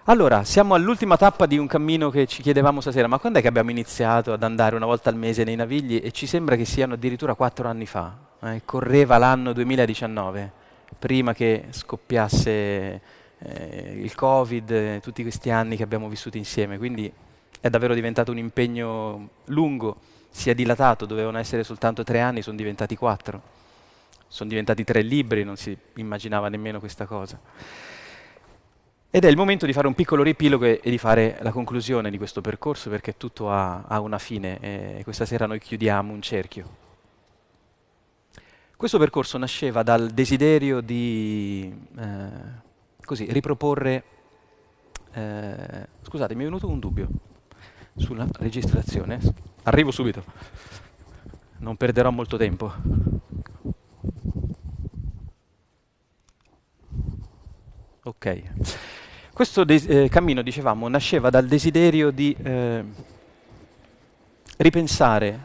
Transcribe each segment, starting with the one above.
Allora, siamo all'ultima tappa di un cammino che ci chiedevamo stasera, ma quando è che abbiamo iniziato ad andare una volta al mese nei Navigli? E ci sembra che siano addirittura 4 anni fa. Correva l'anno 2019, prima che scoppiasse il Covid, tutti questi anni che abbiamo vissuto insieme, quindi è davvero diventato un impegno lungo, si è dilatato, dovevano essere soltanto 3 anni, sono diventati 4. Sono diventati 3 libri, non si immaginava nemmeno questa cosa. Ed è il momento di fare un piccolo riepilogo e di fare la conclusione di questo percorso perché tutto ha una fine e questa sera noi chiudiamo un cerchio. Questo percorso nasceva dal desiderio di così, riproporre. Scusate, mi è venuto un dubbio sulla registrazione. Arrivo subito, non perderò molto tempo. Ok. Questo cammino, dicevamo, nasceva dal desiderio di ripensare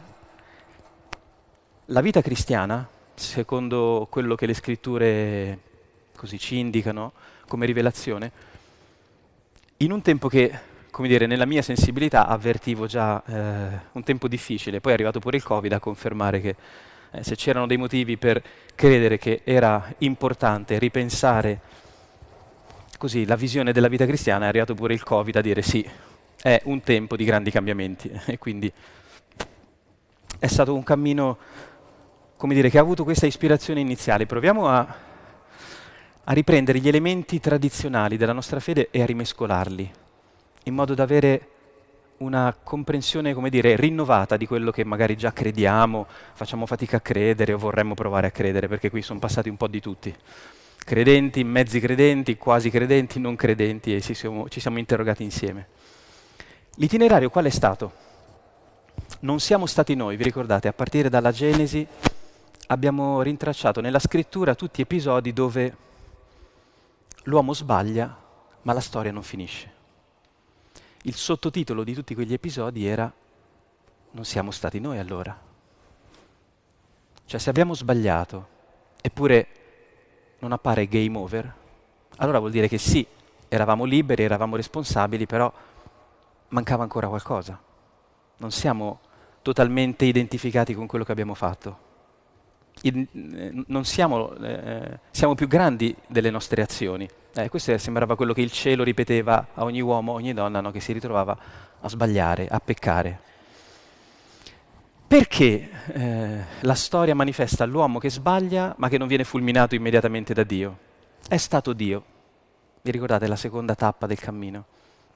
la vita cristiana, secondo quello che le scritture così ci indicano come rivelazione, in un tempo che, come dire, nella mia sensibilità avvertivo già un tempo difficile. Poi è arrivato pure il Covid a confermare che se c'erano dei motivi per credere che era importante ripensare così la visione della vita cristiana, è arrivato pure il Covid a dire sì, è un tempo di grandi cambiamenti e quindi è stato un cammino, come dire, che ha avuto questa ispirazione iniziale. Proviamo a riprendere gli elementi tradizionali della nostra fede e a rimescolarli, in modo da avere una comprensione, come dire, rinnovata di quello che magari già crediamo, facciamo fatica a credere o vorremmo provare a credere, perché qui sono passati un po' di tutti. Credenti, mezzi credenti, quasi credenti, non credenti e ci siamo interrogati insieme. L'itinerario qual è stato? Non siamo stati noi, vi ricordate? A partire dalla Genesi abbiamo rintracciato nella scrittura tutti episodi dove l'uomo sbaglia, ma la storia non finisce. Il sottotitolo di tutti quegli episodi era non siamo stati noi allora. Cioè se abbiamo sbagliato, eppure non appare game over, allora vuol dire che sì, eravamo liberi, eravamo responsabili, però mancava ancora qualcosa. Non siamo totalmente identificati con quello che abbiamo fatto. Non siamo, siamo più grandi delle nostre azioni. Questo sembrava quello che il cielo ripeteva a ogni uomo, a ogni donna, no, che si ritrovava a sbagliare, a peccare. Perché la storia manifesta l'uomo che sbaglia ma che non viene fulminato immediatamente da Dio? È stato Dio. Vi ricordate la seconda tappa del cammino?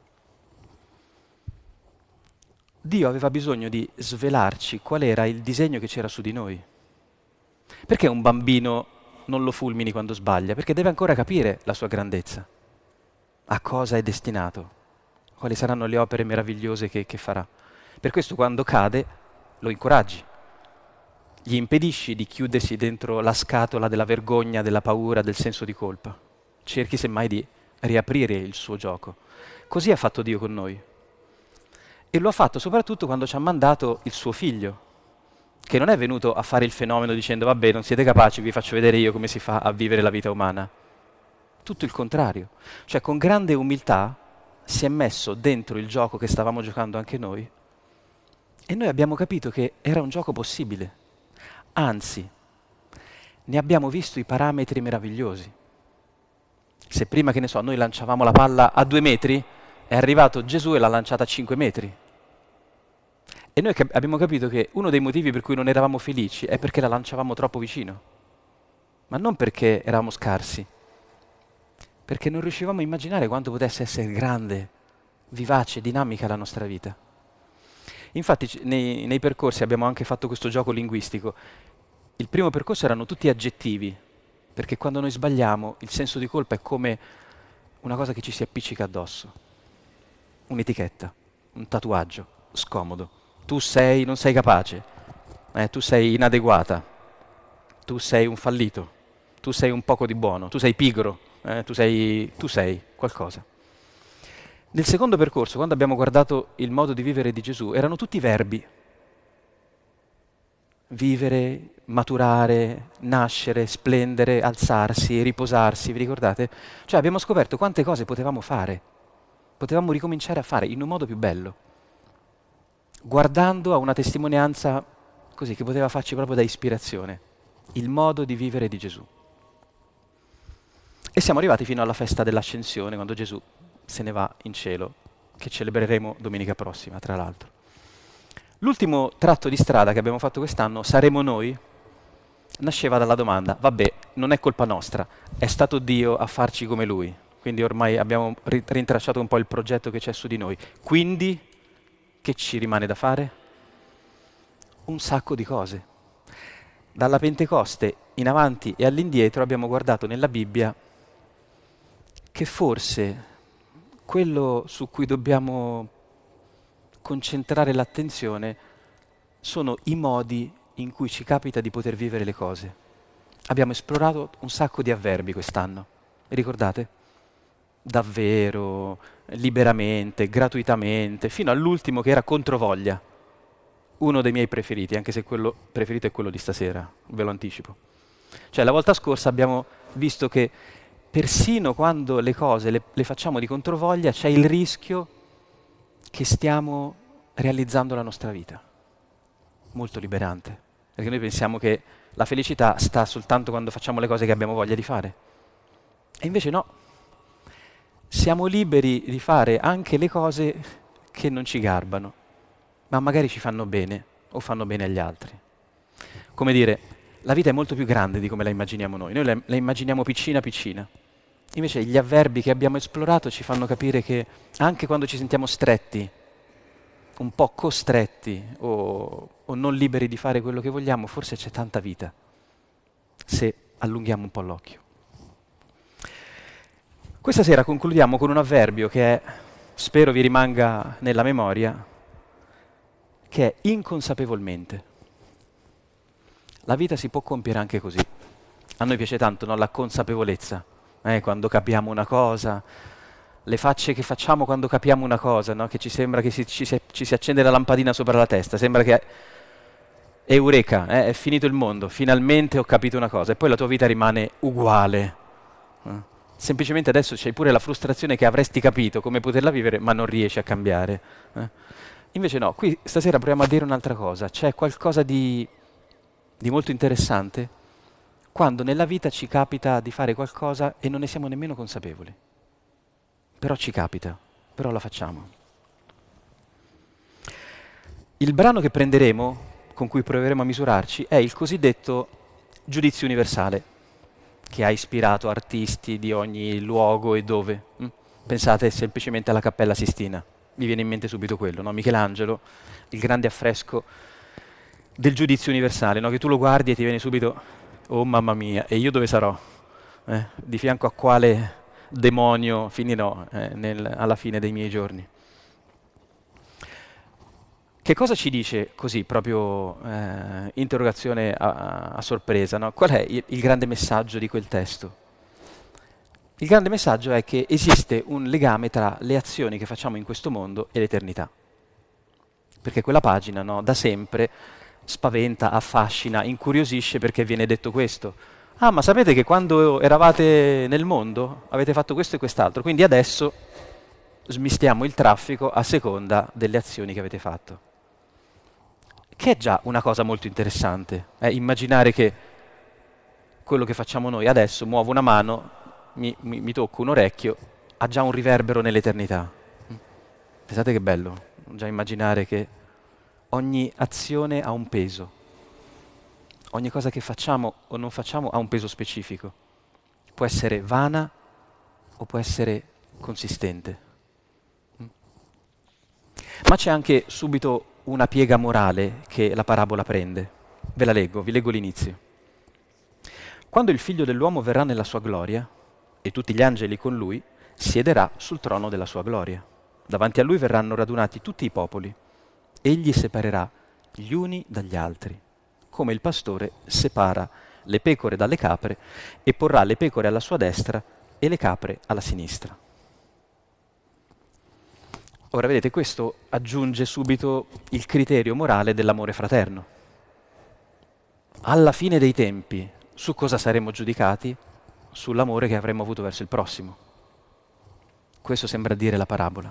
Dio aveva bisogno di svelarci qual era il disegno che c'era su di noi. Perché un bambino non lo fulmini quando sbaglia? Perché deve ancora capire la sua grandezza. A cosa è destinato? Quali saranno le opere meravigliose che farà? Per questo quando cade lo incoraggi, gli impedisci di chiudersi dentro la scatola della vergogna, della paura, del senso di colpa. Cerchi semmai di riaprire il suo gioco. Così ha fatto Dio con noi. E lo ha fatto soprattutto quando ci ha mandato il suo figlio, che non è venuto a fare il fenomeno dicendo vabbè non siete capaci, vi faccio vedere io come si fa a vivere la vita umana. Tutto il contrario. Cioè con grande umiltà si è messo dentro il gioco che stavamo giocando anche noi e noi abbiamo capito che era un gioco possibile. Anzi, ne abbiamo visto i parametri meravigliosi. Se prima, che ne so, noi lanciavamo la palla a 2 metri, è arrivato Gesù e l'ha lanciata a 5 metri. E noi abbiamo capito che uno dei motivi per cui non eravamo felici è perché la lanciavamo troppo vicino. Ma non perché eravamo scarsi, perché non riuscivamo a immaginare quanto potesse essere grande, vivace, dinamica la nostra vita. Infatti nei percorsi abbiamo anche fatto questo gioco linguistico. Il primo percorso erano tutti aggettivi, perché quando noi sbagliamo il senso di colpa è come una cosa che ci si appiccica addosso. Un'etichetta, un tatuaggio, scomodo. Tu non sei capace, tu sei inadeguata, tu sei un fallito, tu sei un poco di buono, tu sei pigro, tu sei qualcosa. Nel secondo percorso, quando abbiamo guardato il modo di vivere di Gesù, erano tutti verbi. Vivere, maturare, nascere, splendere, alzarsi, riposarsi, vi ricordate? Cioè abbiamo scoperto quante cose potevamo fare. potevamo ricominciare a fare in un modo più bello, guardando a una testimonianza così che poteva farci proprio da ispirazione, il modo di vivere di Gesù. E siamo arrivati fino alla festa dell'Ascensione, quando Gesù se ne va in cielo, che celebreremo domenica prossima, tra l'altro. L'ultimo tratto di strada che abbiamo fatto quest'anno, Saremo noi, nasceva dalla domanda, vabbè, non è colpa nostra, è stato Dio a farci come Lui, quindi ormai abbiamo rintracciato un po' il progetto che c'è su di noi. Quindi, che ci rimane da fare? Un sacco di cose. Dalla Pentecoste in avanti e all'indietro abbiamo guardato nella Bibbia che forse quello su cui dobbiamo concentrare l'attenzione sono i modi in cui ci capita di poter vivere le cose. Abbiamo esplorato un sacco di avverbi quest'anno, ricordate? Davvero, liberamente, gratuitamente, fino all'ultimo che era controvoglia. Uno dei miei preferiti, anche se quello preferito è quello di stasera, ve lo anticipo. Cioè, la volta scorsa abbiamo visto che persino quando le cose le facciamo di controvoglia c'è il rischio che stiamo realizzando la nostra vita. Molto liberante, perché noi pensiamo che la felicità sta soltanto quando facciamo le cose che abbiamo voglia di fare. E invece no, siamo liberi di fare anche le cose che non ci garbano, ma magari ci fanno bene o fanno bene agli altri. Come dire, la vita è molto più grande di come la immaginiamo noi la immaginiamo piccina piccina. Invece gli avverbi che abbiamo esplorato ci fanno capire che anche quando ci sentiamo stretti, un po' costretti o non liberi di fare quello che vogliamo, forse c'è tanta vita, se allunghiamo un po' l'occhio. Questa sera concludiamo con un avverbio che è, spero vi rimanga nella memoria, che è inconsapevolmente. La vita si può compiere anche così. A noi piace tanto, no? La consapevolezza, quando capiamo una cosa, le facce che facciamo quando capiamo una cosa, no? Che ci sembra che ci si accende la lampadina sopra la testa, sembra che eureka, è finito il mondo, finalmente ho capito una cosa, e poi la tua vita rimane uguale. Semplicemente adesso c'hai pure la frustrazione che avresti capito come poterla vivere, ma non riesci a cambiare. Invece no, qui stasera proviamo a dire un'altra cosa, c'è qualcosa di molto interessante quando nella vita ci capita di fare qualcosa e non ne siamo nemmeno consapevoli. Però ci capita, però la facciamo. Il brano che prenderemo, con cui proveremo a misurarci, è il cosiddetto giudizio universale, che ha ispirato artisti di ogni luogo e dove. Pensate semplicemente alla Cappella Sistina, mi viene in mente subito quello, no? Michelangelo, il grande affresco del giudizio universale, no? Che tu lo guardi e ti viene subito, oh mamma mia, e io dove sarò? Di fianco a quale demonio finirò alla fine dei miei giorni? Che cosa ci dice così, proprio interrogazione a sorpresa, no? Qual è il grande messaggio di quel testo? Il grande messaggio è che esiste un legame tra le azioni che facciamo in questo mondo e l'eternità. Perché quella pagina, no, da sempre spaventa, affascina, incuriosisce perché viene detto questo. Ah, ma sapete che quando eravate nel mondo avete fatto questo e quest'altro, quindi adesso smistiamo il traffico a seconda delle azioni che avete fatto. Che è già una cosa molto interessante, immaginare che quello che facciamo noi adesso, muovo una mano, mi tocco un orecchio, ha già un riverbero nell'eternità. Pensate che bello, già immaginare che ogni azione ha un peso, ogni cosa che facciamo o non facciamo ha un peso specifico. Può essere vana o può essere consistente. Ma c'è anche subito una piega morale che la parabola prende. Ve la leggo, vi leggo l'inizio. Quando il figlio dell'uomo verrà nella sua gloria, e tutti gli angeli con lui, siederà sul trono della sua gloria. Davanti a lui verranno radunati tutti i popoli. Egli separerà gli uni dagli altri, come il pastore separa le pecore dalle capre, e porrà le pecore alla sua destra e le capre alla sinistra. Ora vedete, questo aggiunge subito il criterio morale dell'amore fraterno. Alla fine dei tempi, su cosa saremo giudicati? Sull'amore che avremmo avuto verso il prossimo. Questo sembra dire la parabola.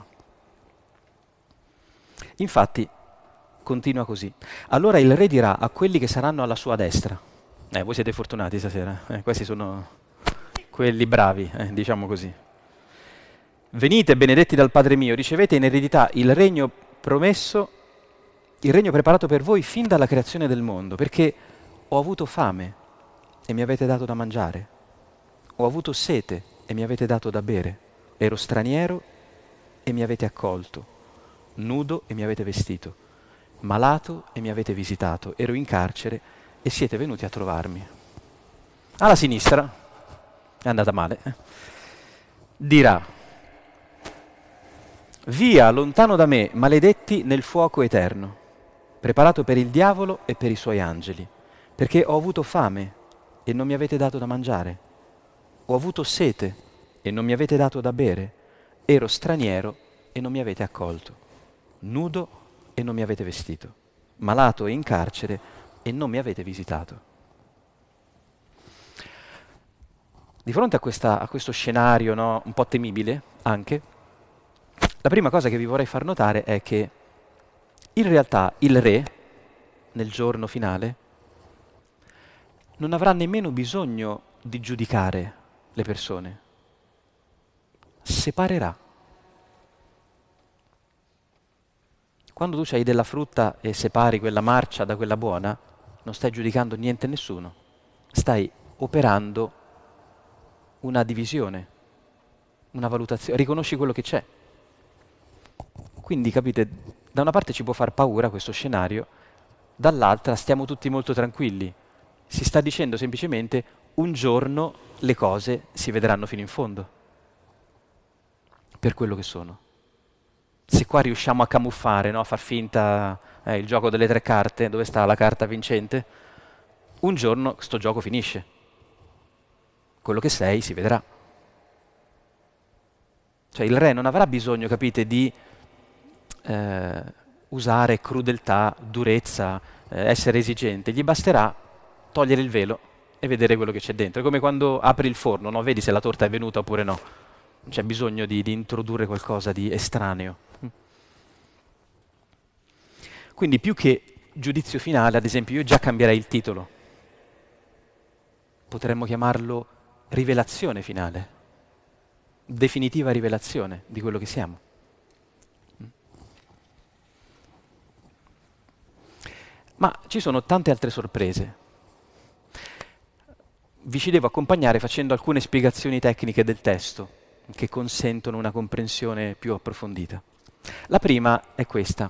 Infatti, continua così. Allora il re dirà a quelli che saranno alla sua destra. Voi siete fortunati stasera. Questi sono quelli bravi, diciamo così. Venite benedetti dal Padre mio, ricevete in eredità il regno promesso, il regno preparato per voi fin dalla creazione del mondo, perché ho avuto fame e mi avete dato da mangiare, ho avuto sete e mi avete dato da bere, ero straniero e mi avete accolto, nudo e mi avete vestito, malato e mi avete visitato, ero in carcere e siete venuti a trovarmi. Alla sinistra, è andata male, dirà: via, lontano da me, maledetti nel fuoco eterno, preparato per il diavolo e per i suoi angeli, perché ho avuto fame e non mi avete dato da mangiare, ho avuto sete e non mi avete dato da bere, ero straniero e non mi avete accolto, nudo e non mi avete vestito, malato e in carcere e non mi avete visitato. Di fronte a questo scenario, no, un po' temibile anche, la prima cosa che vi vorrei far notare è che in realtà il re, nel giorno finale, non avrà nemmeno bisogno di giudicare le persone, separerà. Quando tu hai della frutta e separi quella marcia da quella buona, non stai giudicando niente e nessuno, stai operando una divisione, una valutazione, riconosci quello che c'è. Quindi capite, da una parte ci può far paura questo scenario, dall'altra stiamo tutti molto tranquilli. Si sta dicendo semplicemente un giorno le cose si vedranno fino in fondo, per quello che sono. Se qua riusciamo a camuffare, no? A far finta il gioco delle tre carte, dove sta la carta vincente, un giorno sto gioco finisce. Quello che sei si vedrà. Cioè il re non avrà bisogno, capite, di usare crudeltà, durezza, essere esigente, gli basterà togliere il velo e vedere quello che c'è dentro. È come quando apri il forno, no? Vedi se la torta è venuta oppure no. Non c'è bisogno di introdurre qualcosa di estraneo. Quindi più che giudizio finale, ad esempio, io già cambierei il titolo. Potremmo chiamarlo rivelazione finale, definitiva rivelazione di quello che siamo. Ma ci sono tante altre sorprese. Vi ci devo accompagnare facendo alcune spiegazioni tecniche del testo che consentono una comprensione più approfondita. La prima è questa.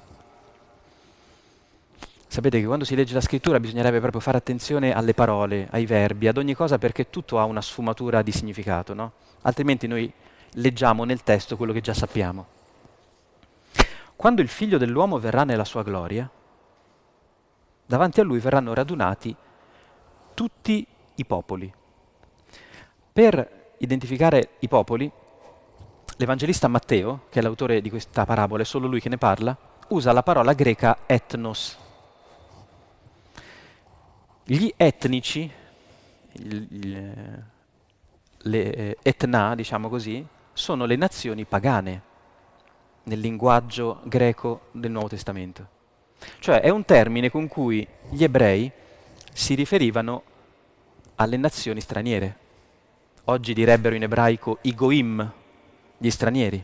Sapete che quando si legge la scrittura bisognerebbe proprio fare attenzione alle parole, ai verbi, ad ogni cosa, perché tutto ha una sfumatura di significato, no? Altrimenti noi leggiamo nel testo quello che già sappiamo. Quando il figlio dell'uomo verrà nella sua gloria, davanti a lui verranno radunati tutti i popoli. Per identificare i popoli, l'Evangelista Matteo, che è l'autore di questa parabola, è solo lui che ne parla, usa la parola greca ethnos. Gli etnici, le etna, diciamo così, sono le nazioni pagane nel linguaggio greco del Nuovo Testamento. Cioè è un termine con cui gli ebrei si riferivano alle nazioni straniere. Oggi direbbero in ebraico i goim, gli stranieri.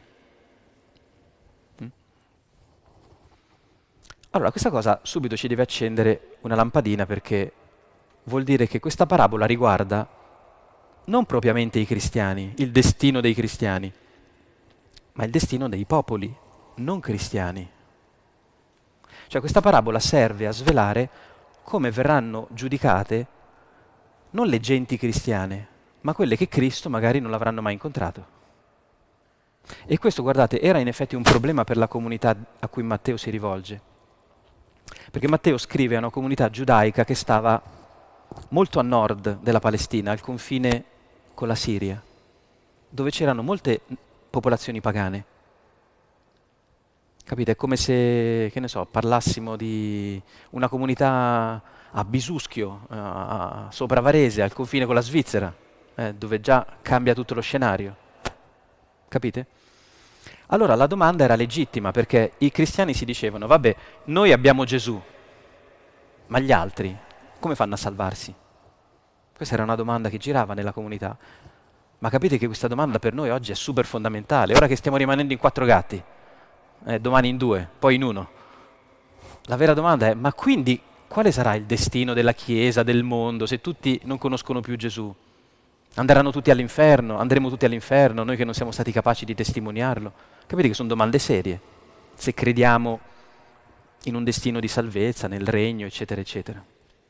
Allora, questa cosa subito ci deve accendere una lampadina, perché vuol dire che questa parabola riguarda non propriamente i cristiani, il destino dei cristiani, ma il destino dei popoli non cristiani. Cioè questa parabola serve a svelare come verranno giudicate non le genti cristiane, ma quelle che Cristo magari non l'avranno mai incontrato. E questo, guardate, era in effetti un problema per la comunità a cui Matteo si rivolge. Perché Matteo scrive a una comunità giudaica che stava molto a nord della Palestina, al confine con la Siria, dove c'erano molte popolazioni pagane. Capite? È come se, che ne so, parlassimo di una comunità a Bisuschio, sopra Varese, al confine con la Svizzera, dove già cambia tutto lo scenario. Capite? Allora la domanda era legittima perché i cristiani si dicevano, vabbè, noi abbiamo Gesù, ma gli altri come fanno a salvarsi? Questa era una domanda che girava nella comunità. Ma capite che questa domanda per noi oggi è super fondamentale. Ora che stiamo rimanendo in 4 gatti, domani in 2, poi in 1. La vera domanda è, ma quindi quale sarà il destino della Chiesa, del mondo, se tutti non conoscono più Gesù? Andranno tutti all'inferno? Andremo tutti all'inferno, noi che non siamo stati capaci di testimoniarlo? Capite che sono domande serie, se crediamo in un destino di salvezza, nel regno, eccetera, eccetera.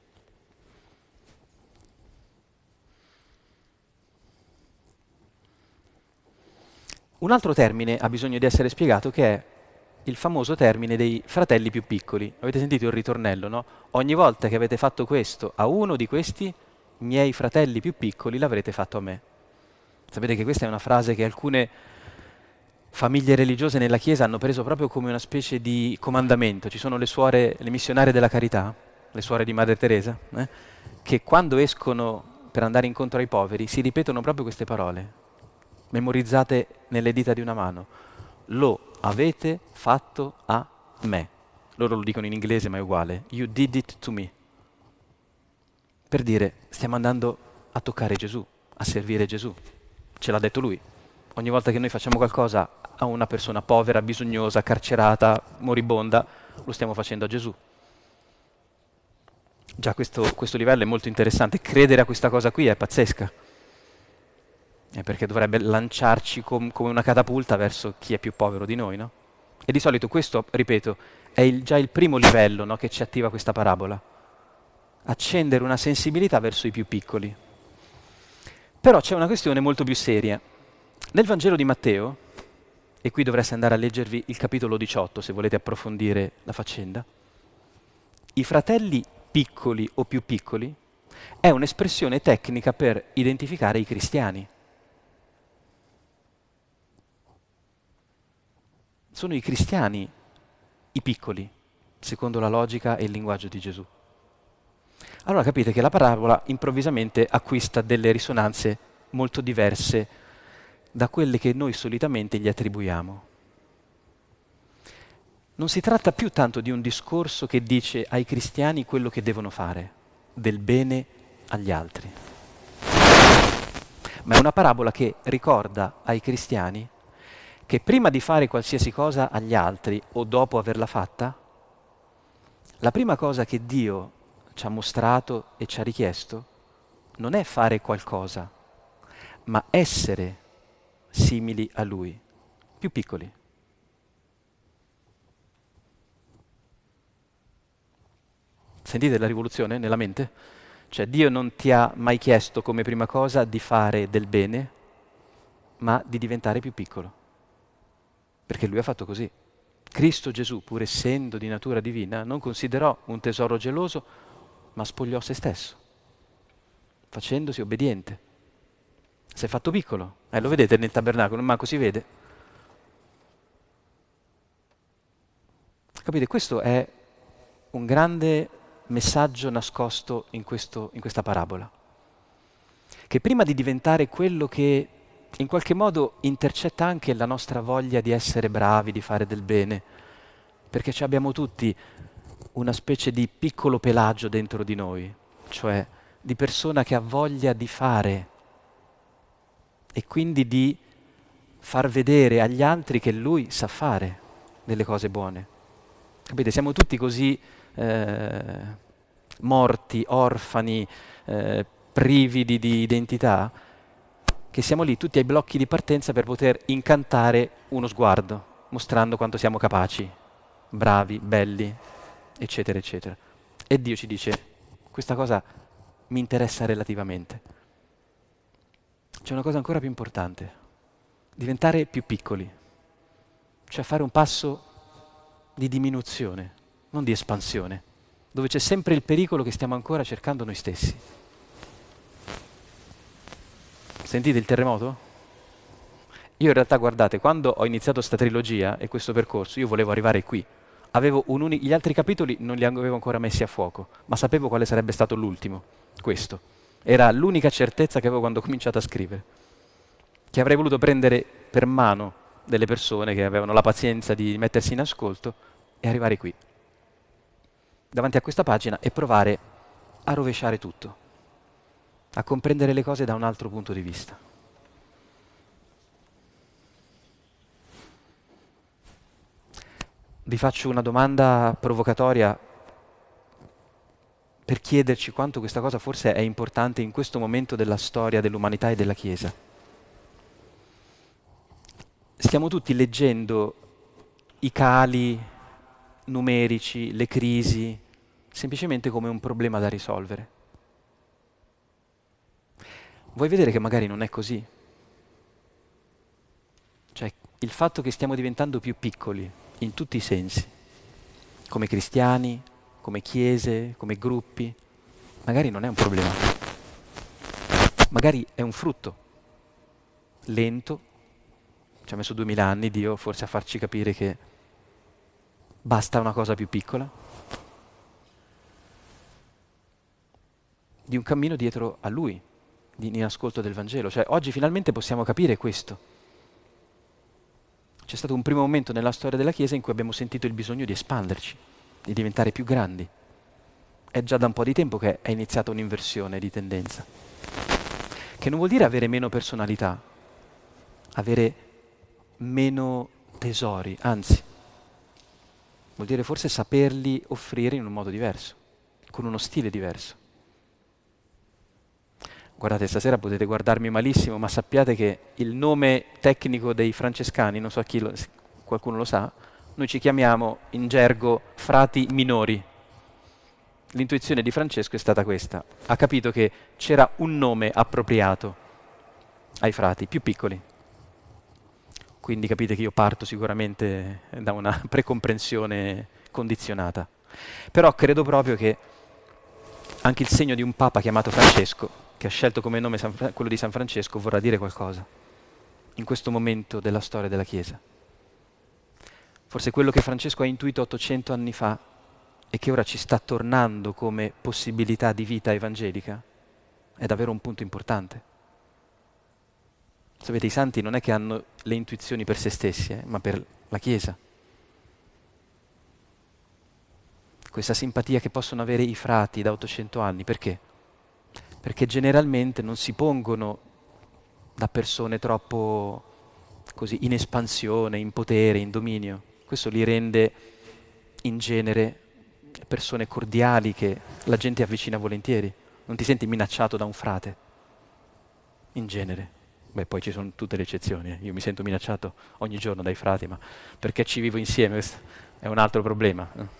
Un altro termine ha bisogno di essere spiegato che è il famoso termine dei fratelli più piccoli. Avete sentito il ritornello, no? Ogni volta che avete fatto questo a uno di questi miei fratelli più piccoli l'avrete fatto a me. Sapete che questa è una frase che alcune famiglie religiose nella Chiesa hanno preso proprio come una specie di comandamento. Ci sono le suore, le missionarie della carità, le suore di Madre Teresa, che quando escono per andare incontro ai poveri si ripetono proprio queste parole, memorizzate nelle dita di una mano. Lo avete fatto a me. Loro lo dicono in inglese ma è uguale. You did it to me. Per dire, stiamo andando a toccare Gesù, a servire Gesù. Ce l'ha detto lui. Ogni volta che noi facciamo qualcosa a una persona povera, bisognosa, carcerata, moribonda, lo stiamo facendo a Gesù. Già questo livello è molto interessante. Credere a questa cosa qui è pazzesca. Perché dovrebbe lanciarci come una catapulta verso chi è più povero di noi, no? E di solito questo, ripeto, è già il primo livello, no, che ci attiva questa parabola. Accendere una sensibilità verso i più piccoli. Però c'è una questione molto più seria. Nel Vangelo di Matteo, e qui dovreste andare a leggervi il capitolo 18 se volete approfondire la faccenda, i fratelli piccoli o più piccoli è un'espressione tecnica per identificare i cristiani. Sono i cristiani i piccoli, secondo la logica e il linguaggio di Gesù. Allora capite che la parabola improvvisamente acquista delle risonanze molto diverse da quelle che noi solitamente gli attribuiamo. Non si tratta più tanto di un discorso che dice ai cristiani quello che devono fare, del bene agli altri, ma è una parabola che ricorda ai cristiani che prima di fare qualsiasi cosa agli altri o dopo averla fatta, la prima cosa che Dio ci ha mostrato e ci ha richiesto non è fare qualcosa, ma essere simili a Lui, più piccoli. Sentite la rivoluzione nella mente? Cioè Dio non ti ha mai chiesto come prima cosa di fare del bene, ma di diventare più piccolo. Perché Lui ha fatto così. Cristo Gesù, pur essendo di natura divina, non considerò un tesoro geloso, ma spogliò se stesso, facendosi obbediente. Si è fatto piccolo, lo vedete nel tabernacolo, non manco si vede. Capite? Questo è un grande messaggio nascosto in questa parabola. Che prima di diventare quello che in qualche modo intercetta anche la nostra voglia di essere bravi, di fare del bene, perché ci abbiamo tutti una specie di piccolo Pelagio dentro di noi, cioè di persona che ha voglia di fare e quindi di far vedere agli altri che lui sa fare delle cose buone. Capite? Siamo tutti così morti, orfani, privi di identità, che siamo lì tutti ai blocchi di partenza per poter incantare uno sguardo, mostrando quanto siamo capaci, bravi, belli, eccetera, eccetera. E Dio ci dice, questa cosa mi interessa relativamente. C'è una cosa ancora più importante, diventare più piccoli, cioè fare un passo di diminuzione, non di espansione, dove c'è sempre il pericolo che stiamo ancora cercando noi stessi. Sentite il terremoto? Io in realtà, guardate, quando ho iniziato sta trilogia e questo percorso, io volevo arrivare qui. Avevo gli altri capitoli non li avevo ancora messi a fuoco, ma sapevo quale sarebbe stato l'ultimo, questo. Era l'unica certezza che avevo quando ho cominciato a scrivere. Che avrei voluto prendere per mano delle persone che avevano la pazienza di mettersi in ascolto e arrivare qui, davanti a questa pagina e provare a rovesciare tutto, a comprendere le cose da un altro punto di vista. Vi faccio una domanda provocatoria per chiederci quanto questa cosa forse è importante in questo momento della storia dell'umanità e della Chiesa. Stiamo tutti leggendo i cali numerici, le crisi, semplicemente come un problema da risolvere. Vuoi vedere che magari non è così? Cioè, il fatto che stiamo diventando più piccoli in tutti i sensi, come cristiani, come chiese, come gruppi, magari non è un problema. Magari è un frutto lento. Ci ha messo 2000 anni Dio forse a farci capire che basta una cosa più piccola, di un cammino dietro a Lui, in ascolto del Vangelo. Cioè oggi finalmente possiamo capire questo. C'è stato un primo momento nella storia della Chiesa in cui abbiamo sentito il bisogno di espanderci, di diventare più grandi. È già da un po' di tempo che è iniziata un'inversione di tendenza, che non vuol dire avere meno personalità, avere meno tesori, anzi, vuol dire forse saperli offrire in un modo diverso, con uno stile diverso. Guardate, stasera potete guardarmi malissimo, ma sappiate che il nome tecnico dei francescani, non so se qualcuno lo sa, noi ci chiamiamo in gergo frati minori. L'intuizione di Francesco è stata questa. Ha capito che c'era un nome appropriato ai frati più piccoli. Quindi capite che io parto sicuramente da una precomprensione condizionata. Però credo proprio che anche il segno di un papa chiamato Francesco, che ha scelto come nome quello di San Francesco, vorrà dire qualcosa in questo momento della storia della Chiesa. Forse quello che Francesco ha intuito 800 anni fa e che ora ci sta tornando come possibilità di vita evangelica è davvero un punto importante. Sapete, i santi non è che hanno le intuizioni per se stessi, ma per la Chiesa. Questa simpatia che possono avere i frati da 800 anni, perché? Perché generalmente non si pongono da persone troppo così in espansione, in potere, in dominio. Questo li rende in genere persone cordiali che la gente avvicina volentieri. Non ti senti minacciato da un frate, in genere. Beh, poi ci sono tutte le eccezioni. Io mi sento minacciato ogni giorno dai frati, ma perché ci vivo insieme, questo è un altro problema.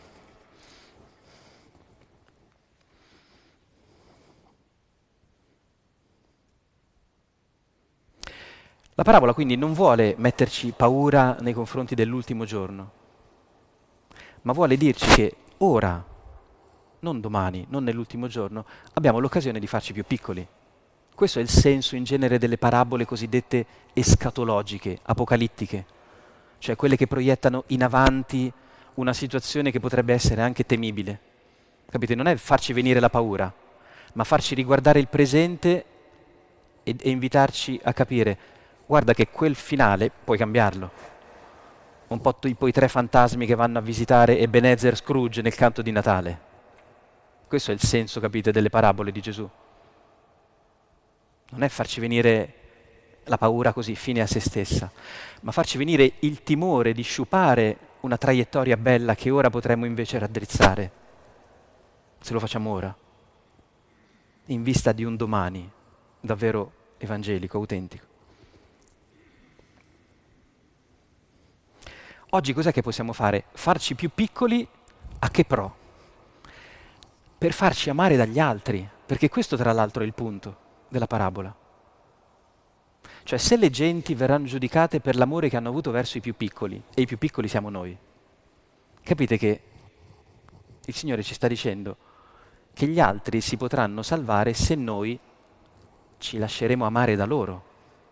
La parabola quindi non vuole metterci paura nei confronti dell'ultimo giorno, ma vuole dirci che ora, non domani, non nell'ultimo giorno, abbiamo l'occasione di farci più piccoli. Questo è il senso in genere delle parabole cosiddette escatologiche, apocalittiche, cioè quelle che proiettano in avanti una situazione che potrebbe essere anche temibile. Capite? Non è farci venire la paura, ma farci riguardare il presente e invitarci a capire, guarda che quel finale puoi cambiarlo. Un po' tipo i tre fantasmi che vanno a visitare Ebenezer Scrooge nel canto di Natale. Questo è il senso, capite, delle parabole di Gesù. Non è farci venire la paura così fine a se stessa, ma farci venire il timore di sciupare una traiettoria bella che ora potremmo invece raddrizzare, se lo facciamo ora, in vista di un domani davvero evangelico, autentico. Oggi cos'è che possiamo fare? Farci più piccoli a che pro? Per farci amare dagli altri, perché questo tra l'altro è il punto della parabola. Cioè se le genti verranno giudicate per l'amore che hanno avuto verso i più piccoli, e i più piccoli siamo noi, capite che il Signore ci sta dicendo che gli altri si potranno salvare se noi ci lasceremo amare da loro.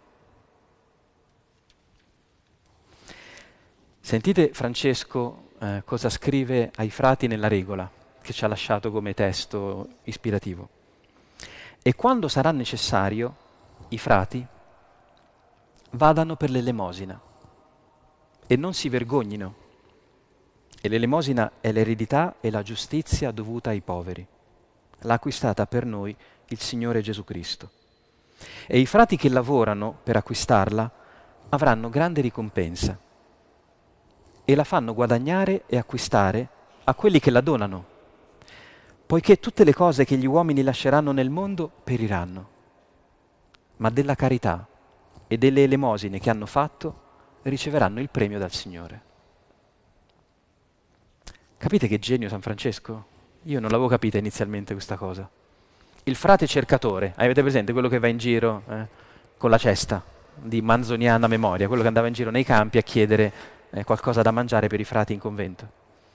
Sentite Francesco cosa scrive ai frati nella regola che ci ha lasciato come testo ispirativo. E quando sarà necessario, i frati vadano per l'elemosina. e non si vergognino. E l'elemosina è l'eredità e la giustizia dovuta ai poveri. L'ha acquistata per noi il Signore Gesù Cristo. E i frati che lavorano per acquistarla avranno grande ricompensa e la fanno guadagnare e acquistare a quelli che la donano, poiché tutte le cose che gli uomini lasceranno nel mondo periranno, ma della carità e delle elemosine che hanno fatto riceveranno il premio dal Signore. Capite che genio San Francesco? Io non l'avevo capita inizialmente questa cosa. Il frate cercatore, avete presente quello che va in giro con la cesta di manzoniana memoria, quello che andava in giro nei campi a chiedere qualcosa da mangiare per i frati in convento.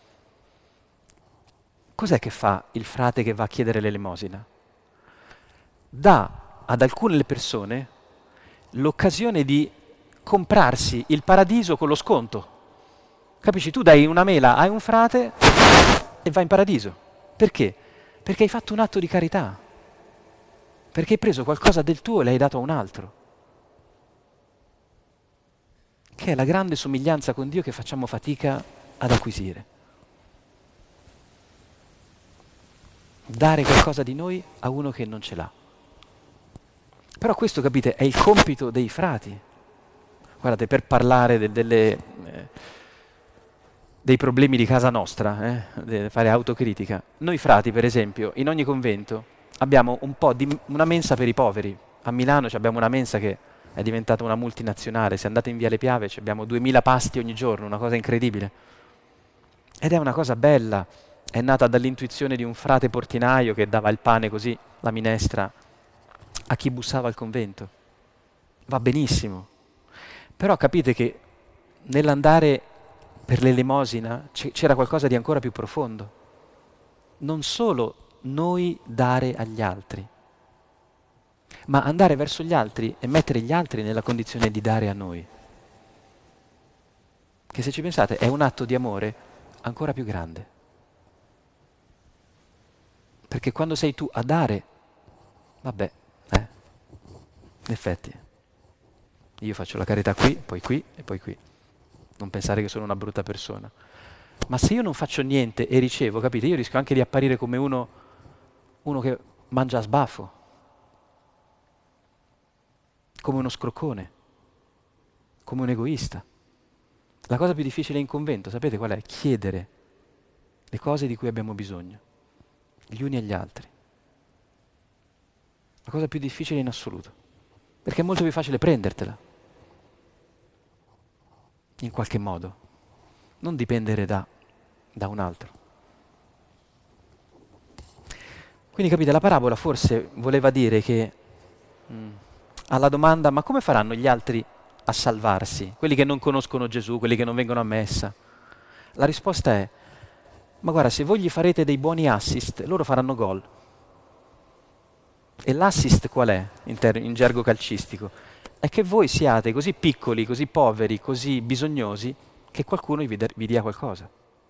Cos'è che fa il frate che va a chiedere l'elemosina? Dà ad alcune persone l'occasione di comprarsi il paradiso con lo sconto. Capisci? Tu dai una mela a un frate e vai in paradiso. Perché? Perché hai fatto un atto di carità. Perché hai preso qualcosa del tuo e l'hai dato a un altro. Che è la grande somiglianza con Dio che facciamo fatica ad acquisire. Dare qualcosa di noi a uno che non ce l'ha. Però questo, capite, è il compito dei frati. Guardate, per parlare dei problemi di casa nostra, fare autocritica. Noi frati, per esempio, in ogni convento abbiamo una mensa per i poveri. A Milano abbiamo una mensa che è diventata una multinazionale. Se andate in Viale Piave abbiamo 2000 pasti ogni giorno, una cosa incredibile. Ed è una cosa bella. È nata dall'intuizione di un frate portinaio che dava il pane così, la minestra, a chi bussava al convento. Va benissimo. Però capite che nell'andare per l'elemosina c'era qualcosa di ancora più profondo. Non solo noi dare agli altri, ma andare verso gli altri e mettere gli altri nella condizione di dare a noi. Che se ci pensate è un atto di amore ancora più grande. Perché quando sei tu a dare, vabbè, in effetti, io faccio la carità qui e poi qui. Non pensare che sono una brutta persona. Ma se io non faccio niente e ricevo, capite, io rischio anche di apparire come uno che mangia a sbaffo, come uno scroccone, come un egoista. La cosa più difficile in convento, sapete qual è? Chiedere le cose di cui abbiamo bisogno, gli uni agli altri. La cosa più difficile in assoluto, perché è molto più facile prendertela, in qualche modo, non dipendere da un altro. Quindi capite, la parabola forse voleva dire che alla domanda ma come faranno gli altri a salvarsi, quelli che non conoscono Gesù, quelli che non vengono a messa, la risposta è ma guarda, se voi gli farete dei buoni assist, loro faranno gol. E l'assist qual è in gergo calcistico? È che voi siate così piccoli, così poveri, così bisognosi che qualcuno vi dia qualcosa.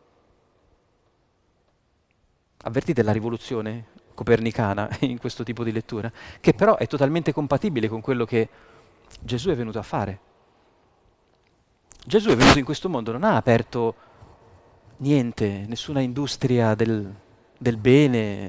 Avvertite la rivoluzione copernicana in questo tipo di lettura, che però è totalmente compatibile con quello che Gesù è venuto a fare. Gesù è venuto in questo mondo, non ha aperto niente, nessuna industria del bene,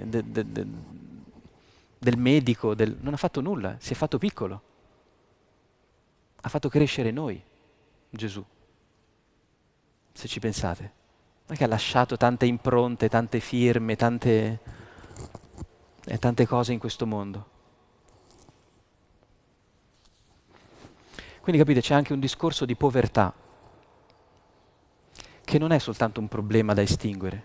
del medico, non ha fatto nulla, si è fatto piccolo. Ha fatto crescere noi, Gesù, se ci pensate. Non è che ha lasciato tante impronte, tante firme, tante cose in questo mondo. Quindi capite, c'è anche un discorso di povertà, che non è soltanto un problema da estinguere,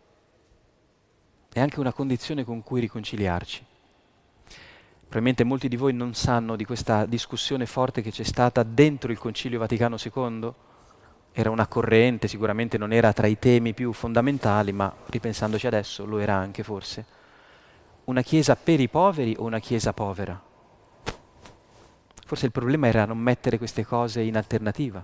è anche una condizione con cui riconciliarci. Probabilmente molti di voi non sanno di questa discussione forte che c'è stata dentro il Concilio Vaticano II. Era una corrente, sicuramente non era tra i temi più fondamentali, ma ripensandoci adesso lo era anche forse. Una chiesa per i poveri o una chiesa povera? Forse il problema era non mettere queste cose in alternativa.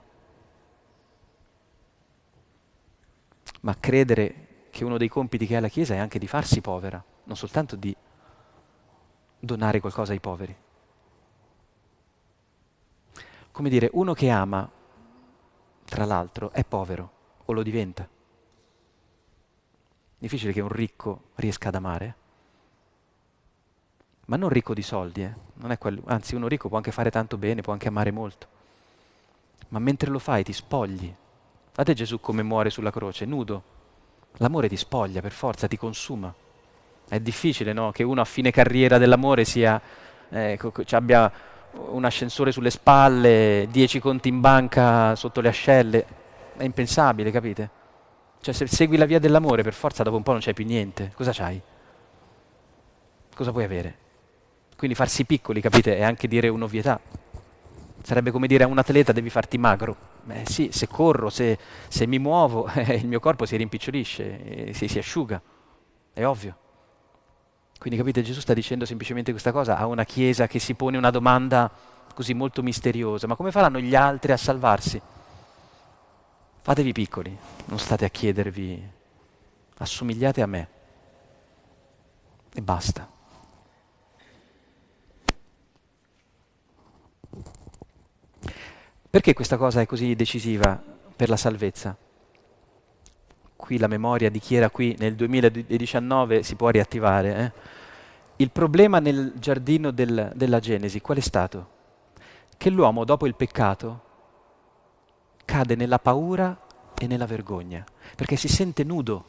Ma credere che uno dei compiti che ha la Chiesa è anche di farsi povera, non soltanto di donare qualcosa ai poveri. Come dire, uno che ama tra l'altro, è povero o lo diventa. Difficile che un ricco riesca ad amare, ma non ricco di soldi, non è quello. Anzi, uno ricco può anche fare tanto bene, può anche amare molto, ma mentre lo fai ti spogli. Guardate Gesù come muore sulla croce, nudo. L'amore ti spoglia per forza, ti consuma. È difficile, no? Che uno a fine carriera dell'amore abbia un ascensore sulle spalle, 10 conti in banca sotto le ascelle. È impensabile, capite? Cioè, se segui la via dell'amore, per forza dopo un po' non c'hai più niente. Cosa c'hai? Cosa puoi avere? Quindi farsi piccoli, capite, è anche dire un'ovvietà. Sarebbe come dire a un atleta devi farti magro. Sì, se corro, se mi muovo, il mio corpo si rimpicciolisce, si asciuga. È ovvio. Quindi capite, Gesù sta dicendo semplicemente questa cosa a una chiesa che si pone una domanda così molto misteriosa. Ma come faranno gli altri a salvarsi? Fatevi piccoli, non state a chiedervi, assomigliate a me. E basta. Perché questa cosa è così decisiva per la salvezza? Qui la memoria di chi era qui nel 2019 si può riattivare. Il problema nel giardino della Genesi qual è stato? Che l'uomo dopo il peccato cade nella paura e nella vergogna, perché si sente nudo,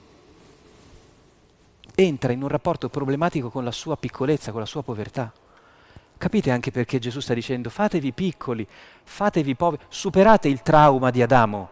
entra in un rapporto problematico con la sua piccolezza, con la sua povertà. Capite anche perché Gesù sta dicendo fatevi piccoli, fatevi poveri, superate il trauma di Adamo,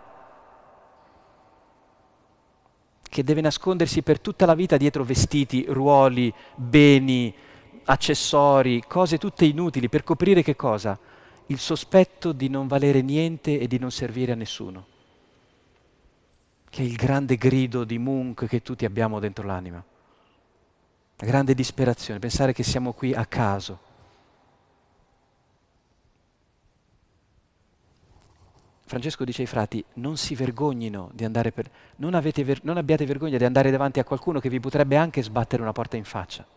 che deve nascondersi per tutta la vita dietro vestiti, ruoli, beni, accessori, cose tutte inutili, per coprire che cosa? Il sospetto di non valere niente e di non servire a nessuno, che è il grande grido di Munch che tutti abbiamo dentro l'anima. La grande disperazione, pensare che siamo qui a caso. Francesco dice ai frati, non si vergognino di andare per... non abbiate vergogna di andare davanti a qualcuno che vi potrebbe anche sbattere una porta in faccia.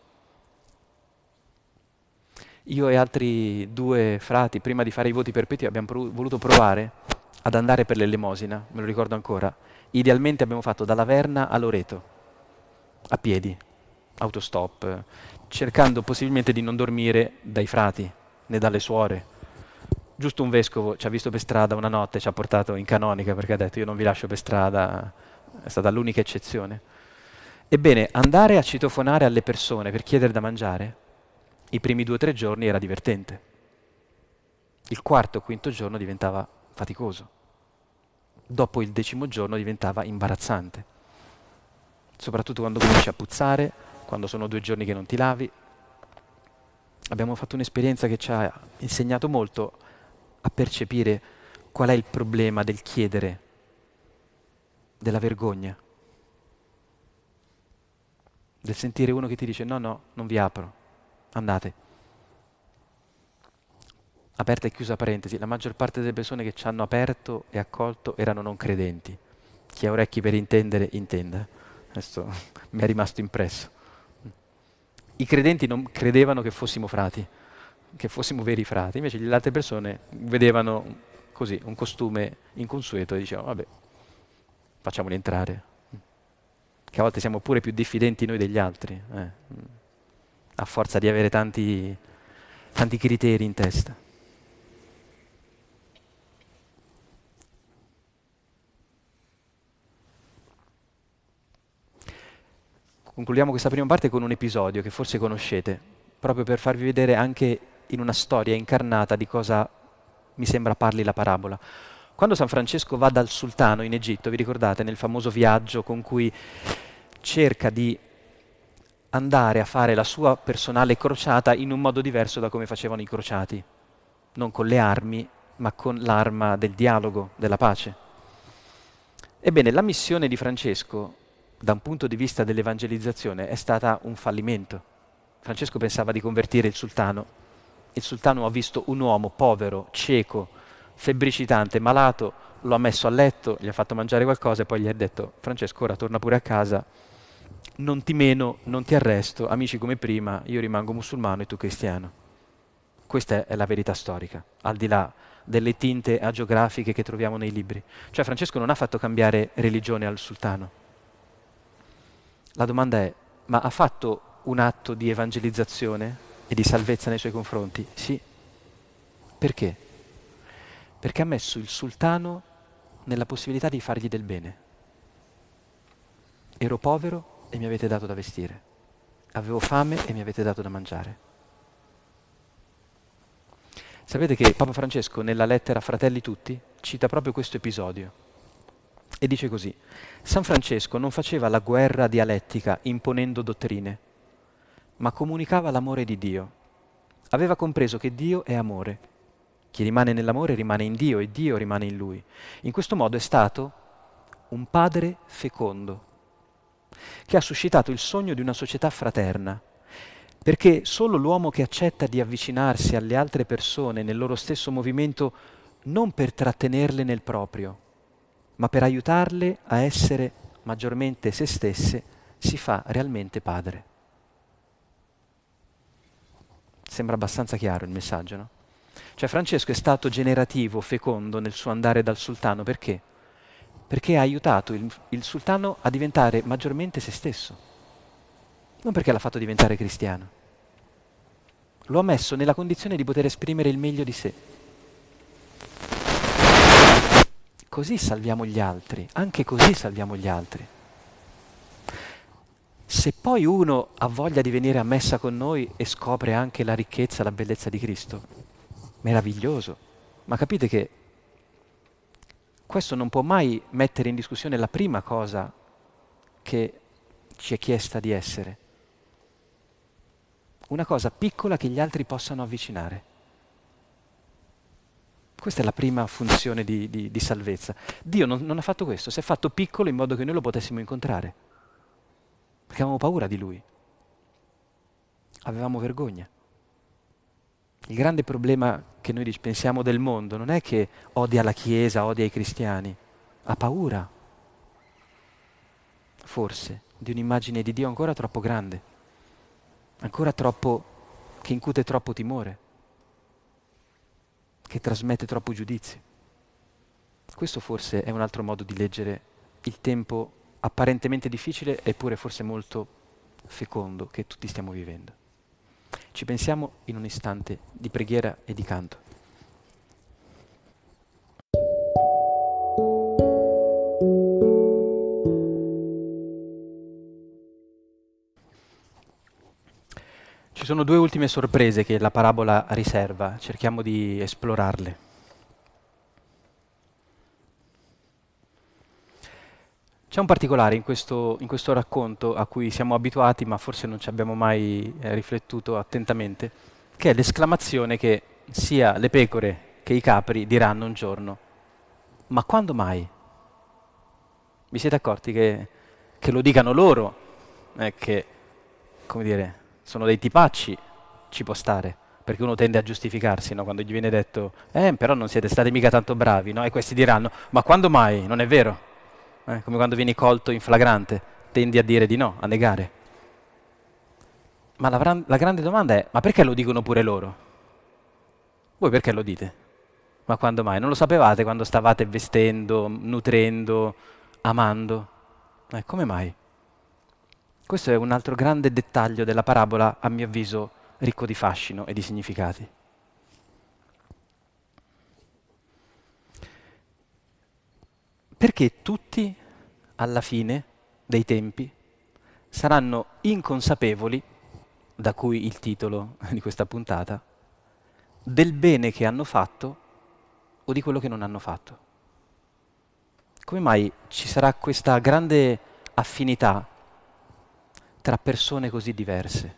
Io e altri 2 frati, prima di fare i voti perpetui, abbiamo voluto provare ad andare per l'elemosina, me lo ricordo ancora. Idealmente abbiamo fatto da Laverna a Loreto, a piedi, autostop, cercando possibilmente di non dormire dai frati né dalle suore. Giusto un vescovo ci ha visto per strada una notte, ci ha portato in canonica perché ha detto io non vi lascio per strada, è stata l'unica eccezione. Ebbene, andare a citofonare alle persone per chiedere da mangiare, i primi 2 o 3 giorni era divertente. Il quarto o quinto giorno diventava faticoso. Dopo il 10° giorno diventava imbarazzante. Soprattutto quando cominci a puzzare, quando sono 2 giorni che non ti lavi. Abbiamo fatto un'esperienza che ci ha insegnato molto a percepire qual è il problema del chiedere, della vergogna, del sentire uno che ti dice no, no, non vi apro, andate. Aperta e chiusa parentesi, la maggior parte delle persone che ci hanno aperto e accolto erano non credenti. Chi ha orecchi per intendere, intenda. Questo mi è rimasto impresso. I credenti non credevano che fossimo frati, che fossimo veri frati, invece le altre persone vedevano così un costume inconsueto e dicevano vabbè, facciamoli entrare. Che a volte siamo pure più diffidenti noi degli altri, a forza di avere tanti criteri in testa. Concludiamo questa prima parte con un episodio che forse conoscete, proprio per farvi vedere anche in una storia incarnata di cosa mi sembra parli la parabola. Quando San Francesco va dal sultano in Egitto, vi ricordate, nel famoso viaggio con cui cerca di andare a fare la sua personale crociata in un modo diverso da come facevano i crociati, non con le armi, ma con l'arma del dialogo, della pace. Ebbene, la missione di Francesco, da un punto di vista dell'evangelizzazione, è stata un fallimento. Francesco pensava di convertire il sultano ha visto un uomo povero, cieco, febbricitante, malato, lo ha messo a letto, gli ha fatto mangiare qualcosa e poi gli ha detto Francesco ora torna pure a casa, non ti meno, non ti arresto, amici come prima, io rimango musulmano e tu cristiano. Questa è la verità storica, al di là delle tinte agiografiche che troviamo nei libri. Cioè Francesco non ha fatto cambiare religione al sultano. La domanda è, ma ha fatto un atto di evangelizzazione e di salvezza nei suoi confronti? Sì. Perché? Perché ha messo il sultano nella possibilità di fargli del bene. Ero povero e mi avete dato da vestire. Avevo fame e mi avete dato da mangiare. Sapete che Papa Francesco nella lettera Fratelli Tutti cita proprio questo episodio e dice così: San Francesco non faceva la guerra dialettica imponendo dottrine, ma comunicava l'amore di Dio. Aveva compreso che Dio è amore. Chi rimane nell'amore rimane in Dio e Dio rimane in lui. In questo modo è stato un padre fecondo che ha suscitato il sogno di una società fraterna, perché solo l'uomo che accetta di avvicinarsi alle altre persone nel loro stesso movimento non per trattenerle nel proprio, ma per aiutarle a essere maggiormente se stesse, si fa realmente padre. Sembra abbastanza chiaro il messaggio, no? Cioè Francesco è stato generativo, fecondo nel suo andare dal sultano, perché? Perché ha aiutato il sultano a diventare maggiormente se stesso. Non perché l'ha fatto diventare cristiano. Lo ha messo nella condizione di poter esprimere il meglio di sé. Così salviamo gli altri, anche così salviamo gli altri. Se poi uno ha voglia di venire a messa con noi e scopre anche la ricchezza, la bellezza di Cristo, meraviglioso. Ma capite che questo non può mai mettere in discussione la prima cosa che ci è chiesta di essere. Una cosa piccola che gli altri possano avvicinare. Questa è la prima funzione di salvezza. Dio non ha fatto questo, si è fatto piccolo in modo che noi lo potessimo incontrare. Perché avevamo paura di Lui. Avevamo vergogna. Il grande problema che noi pensiamo del mondo non è che odia la Chiesa, odia i cristiani. Ha paura, forse, di un'immagine di Dio ancora troppo grande. Ancora troppo, che incute troppo timore, che trasmette troppo giudizio. Questo forse è un altro modo di leggere il tempo apparentemente difficile eppure forse molto fecondo che tutti stiamo vivendo. Ci pensiamo in un istante di preghiera e di canto. Ci sono due ultime sorprese che la parabola riserva, cerchiamo di esplorarle. C'è un particolare in questo racconto a cui siamo abituati, ma forse non ci abbiamo mai riflettuto attentamente, che è l'esclamazione che sia le pecore che i capri diranno un giorno: ma quando mai? Vi siete accorti che lo dicano loro, che, come dire, sono dei tipacci, ci può stare, perché uno tende a giustificarsi, no? Quando gli viene detto, però non siete stati mica tanto bravi, no? E questi diranno, ma quando mai? Non è vero? Come quando vieni colto in flagrante, tendi a dire di no, a negare. Ma la grande domanda è, ma perché lo dicono pure loro? Voi perché lo dite? Ma quando mai? Non lo sapevate quando stavate vestendo, nutrendo, amando? Come mai? Questo è un altro grande dettaglio della parabola, a mio avviso, ricco di fascino e di significati. Perché tutti, alla fine dei tempi, saranno inconsapevoli, da cui il titolo di questa puntata, del bene che hanno fatto o di quello che non hanno fatto. Come mai ci sarà questa grande affinità tra persone così diverse?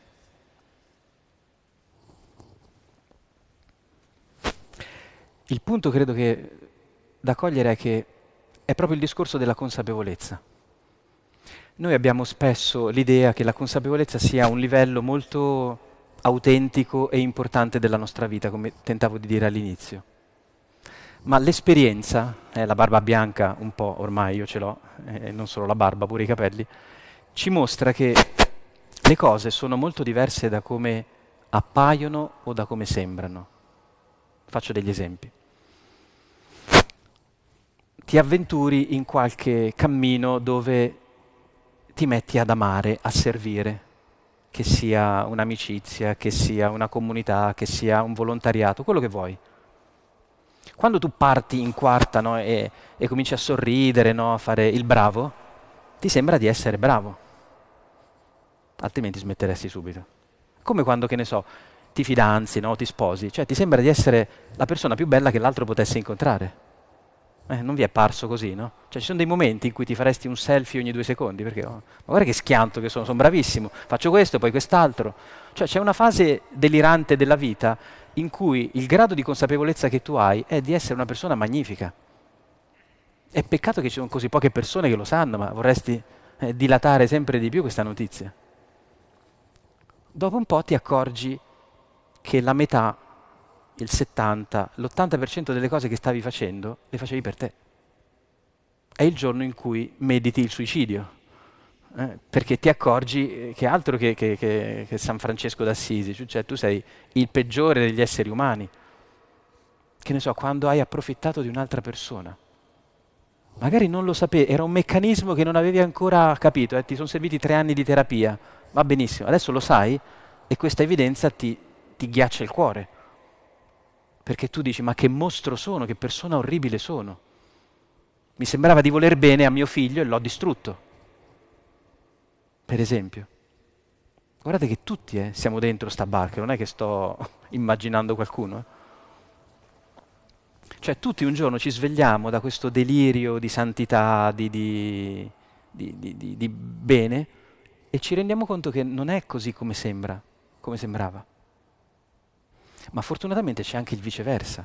Il punto credo che da cogliere è che è proprio il discorso della consapevolezza. Noi abbiamo spesso l'idea che la consapevolezza sia un livello molto autentico e importante della nostra vita, come tentavo di dire all'inizio. Ma l'esperienza, la barba bianca un po' ormai io ce l'ho, non solo la barba, pure i capelli, ci mostra che le cose sono molto diverse da come appaiono o da come sembrano. Faccio degli esempi. ti avventuri in qualche cammino dove ti metti ad amare, a servire, che sia un'amicizia, che sia una comunità, che sia un volontariato, quello che vuoi. Quando tu parti in quarta, no, e cominci a sorridere, no, a fare il bravo, ti sembra di essere bravo, altrimenti smetteresti subito. Come quando, che ne so, ti fidanzi, no, ti sposi, cioè ti sembra di essere la persona più bella che l'altro potesse incontrare. Non vi è parso così, no? Cioè ci sono dei momenti in cui ti faresti un selfie ogni 2 secondi, perché oh, ma guarda che schianto che sono bravissimo, faccio questo, poi quest'altro. Cioè c'è una fase delirante della vita in cui il grado di consapevolezza che tu hai è di essere una persona magnifica. È peccato che ci sono così poche persone che lo sanno, ma vorresti dilatare sempre di più questa notizia. Dopo un po' ti accorgi che la metà, il 70, l'80% delle cose che stavi facendo le facevi per te. È il giorno in cui mediti il suicidio, perché ti accorgi che altro che San Francesco d'Assisi, cioè tu sei il peggiore degli esseri umani. Che ne so, quando hai approfittato di un'altra persona. Magari non lo sapevi, era un meccanismo che non avevi ancora capito, ti sono serviti 3 anni di terapia, va benissimo, adesso lo sai e questa evidenza ti ghiaccia il cuore, perché tu dici ma che mostro sono, che persona orribile sono. Mi sembrava di voler bene a mio figlio e l'ho distrutto, per esempio. Guardate che tutti siamo dentro sta barca, non è che sto immaginando qualcuno. Cioè tutti un giorno ci svegliamo da questo delirio di santità, di bene, e ci rendiamo conto che non è così come sembra, come sembrava. Ma fortunatamente c'è anche il viceversa.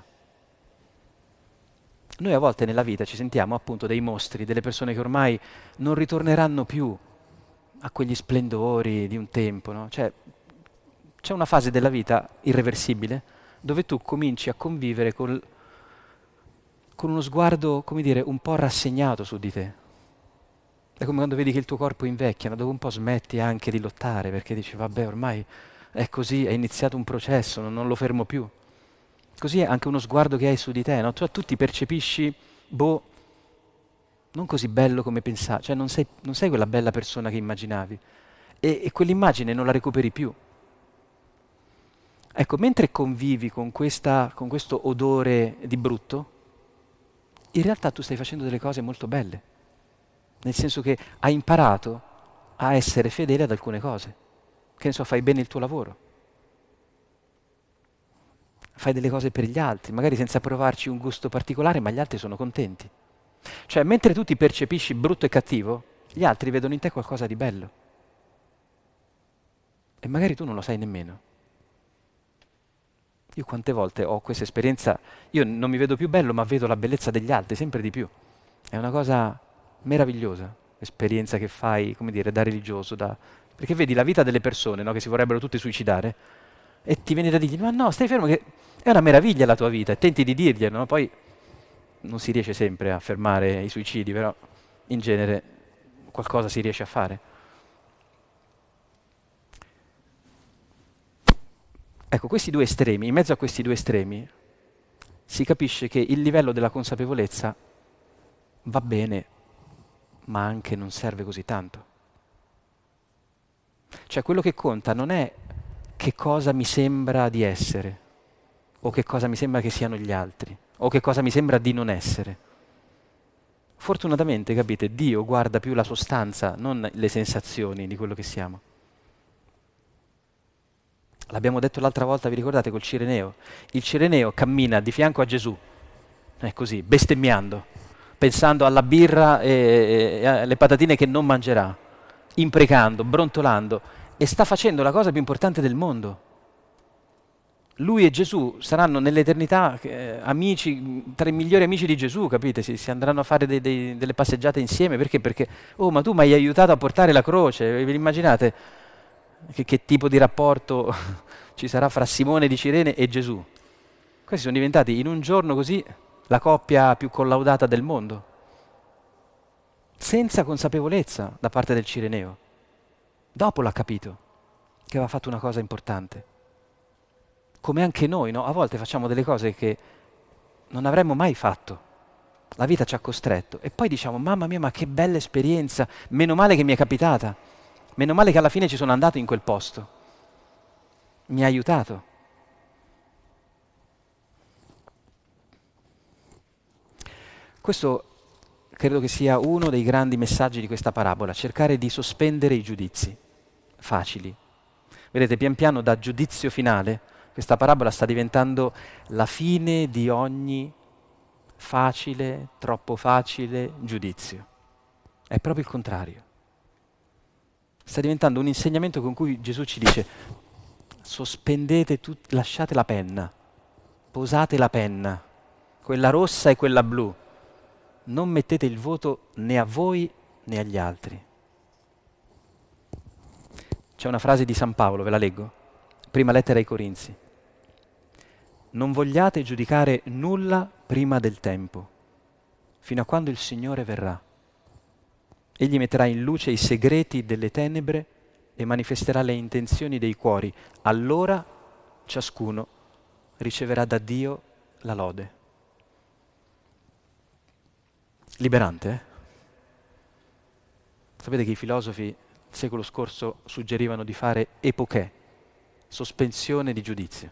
Noi a volte nella vita ci sentiamo appunto dei mostri, delle persone che ormai non ritorneranno più a quegli splendori di un tempo, no? Cioè, c'è una fase della vita irreversibile dove tu cominci a convivere con uno sguardo, come dire, un po' rassegnato su di te. È come quando vedi che il tuo corpo invecchia, no? Dopo un po' smetti anche di lottare perché dici, vabbè, ormai è così, è iniziato un processo, non lo fermo più. Così è anche uno sguardo che hai su di te, no? Tu ti percepisci, boh, non così bello come pensavi, cioè non sei quella bella persona che immaginavi. E quell'immagine non la recuperi più. Ecco, mentre convivi con questo odore di brutto, in realtà tu stai facendo delle cose molto belle, nel senso che hai imparato a essere fedele ad alcune cose. Che ne so, fai bene il tuo lavoro, fai delle cose per gli altri, magari senza provarci un gusto particolare, ma gli altri sono contenti. Cioè, mentre tu ti percepisci brutto e cattivo, gli altri vedono in te qualcosa di bello. E magari tu non lo sai nemmeno. Io quante volte ho questa esperienza, io non mi vedo più bello, ma vedo la bellezza degli altri sempre di più. È una cosa meravigliosa, l'esperienza che fai, come dire, da religioso, perché vedi la vita delle persone, no, che si vorrebbero tutte suicidare, e ti viene da dirgli, ma no, stai fermo, che è una meraviglia la tua vita, e tenti di dirglielo, no? Poi non si riesce sempre a fermare i suicidi, però in genere qualcosa si riesce a fare. Ecco, questi due estremi, in mezzo a questi due estremi, si capisce che il livello della consapevolezza va bene, ma anche non serve così tanto. Cioè quello che conta non è che cosa mi sembra di essere, o che cosa mi sembra che siano gli altri, o che cosa mi sembra di non essere. Fortunatamente, capite, Dio guarda più la sostanza, non le sensazioni di quello che siamo. L'abbiamo detto l'altra volta, vi ricordate, col Cireneo? Il Cireneo cammina di fianco a Gesù, è così, bestemmiando, pensando alla birra e alle patatine che non mangerà, imprecando, brontolando, e sta facendo la cosa più importante del mondo. Lui e Gesù saranno nell'eternità amici, tra i migliori amici di Gesù, capite? Si andranno a fare delle passeggiate insieme, perché? Perché, oh, ma tu mi hai aiutato a portare la croce, vi immaginate che tipo di rapporto ci sarà fra Simone di Cirene e Gesù? Questi sono diventati in un giorno così la coppia più collaudata del mondo, senza consapevolezza da parte del Cireneo. Dopo l'ha capito che aveva fatto una cosa importante. Come anche noi, no? A volte facciamo delle cose che non avremmo mai fatto, La vita ci ha costretto e poi diciamo, mamma mia, ma che bella esperienza, meno male che mi è capitata, meno male che alla fine ci sono andato in quel posto, mi ha aiutato. Questo credo che sia uno dei grandi messaggi di questa parabola, cercare di sospendere i giudizi facili. Vedete, pian piano da giudizio finale, questa parabola sta diventando la fine di ogni facile, troppo facile giudizio. È proprio il contrario. Sta diventando un insegnamento con cui Gesù ci dice: sospendete tutti, lasciate la penna, posate la penna, quella rossa e quella blu. Non mettete il voto né a voi né agli altri. C'è una frase di San Paolo, ve la leggo. Prima lettera ai Corinzi. Non vogliate giudicare nulla prima del tempo, fino a quando il Signore verrà. Egli metterà in luce i segreti delle tenebre e manifesterà le intenzioni dei cuori. Allora ciascuno riceverà da Dio la lode. Liberante, eh? Sapete che i filosofi il secolo scorso suggerivano di fare epoché, sospensione di giudizio.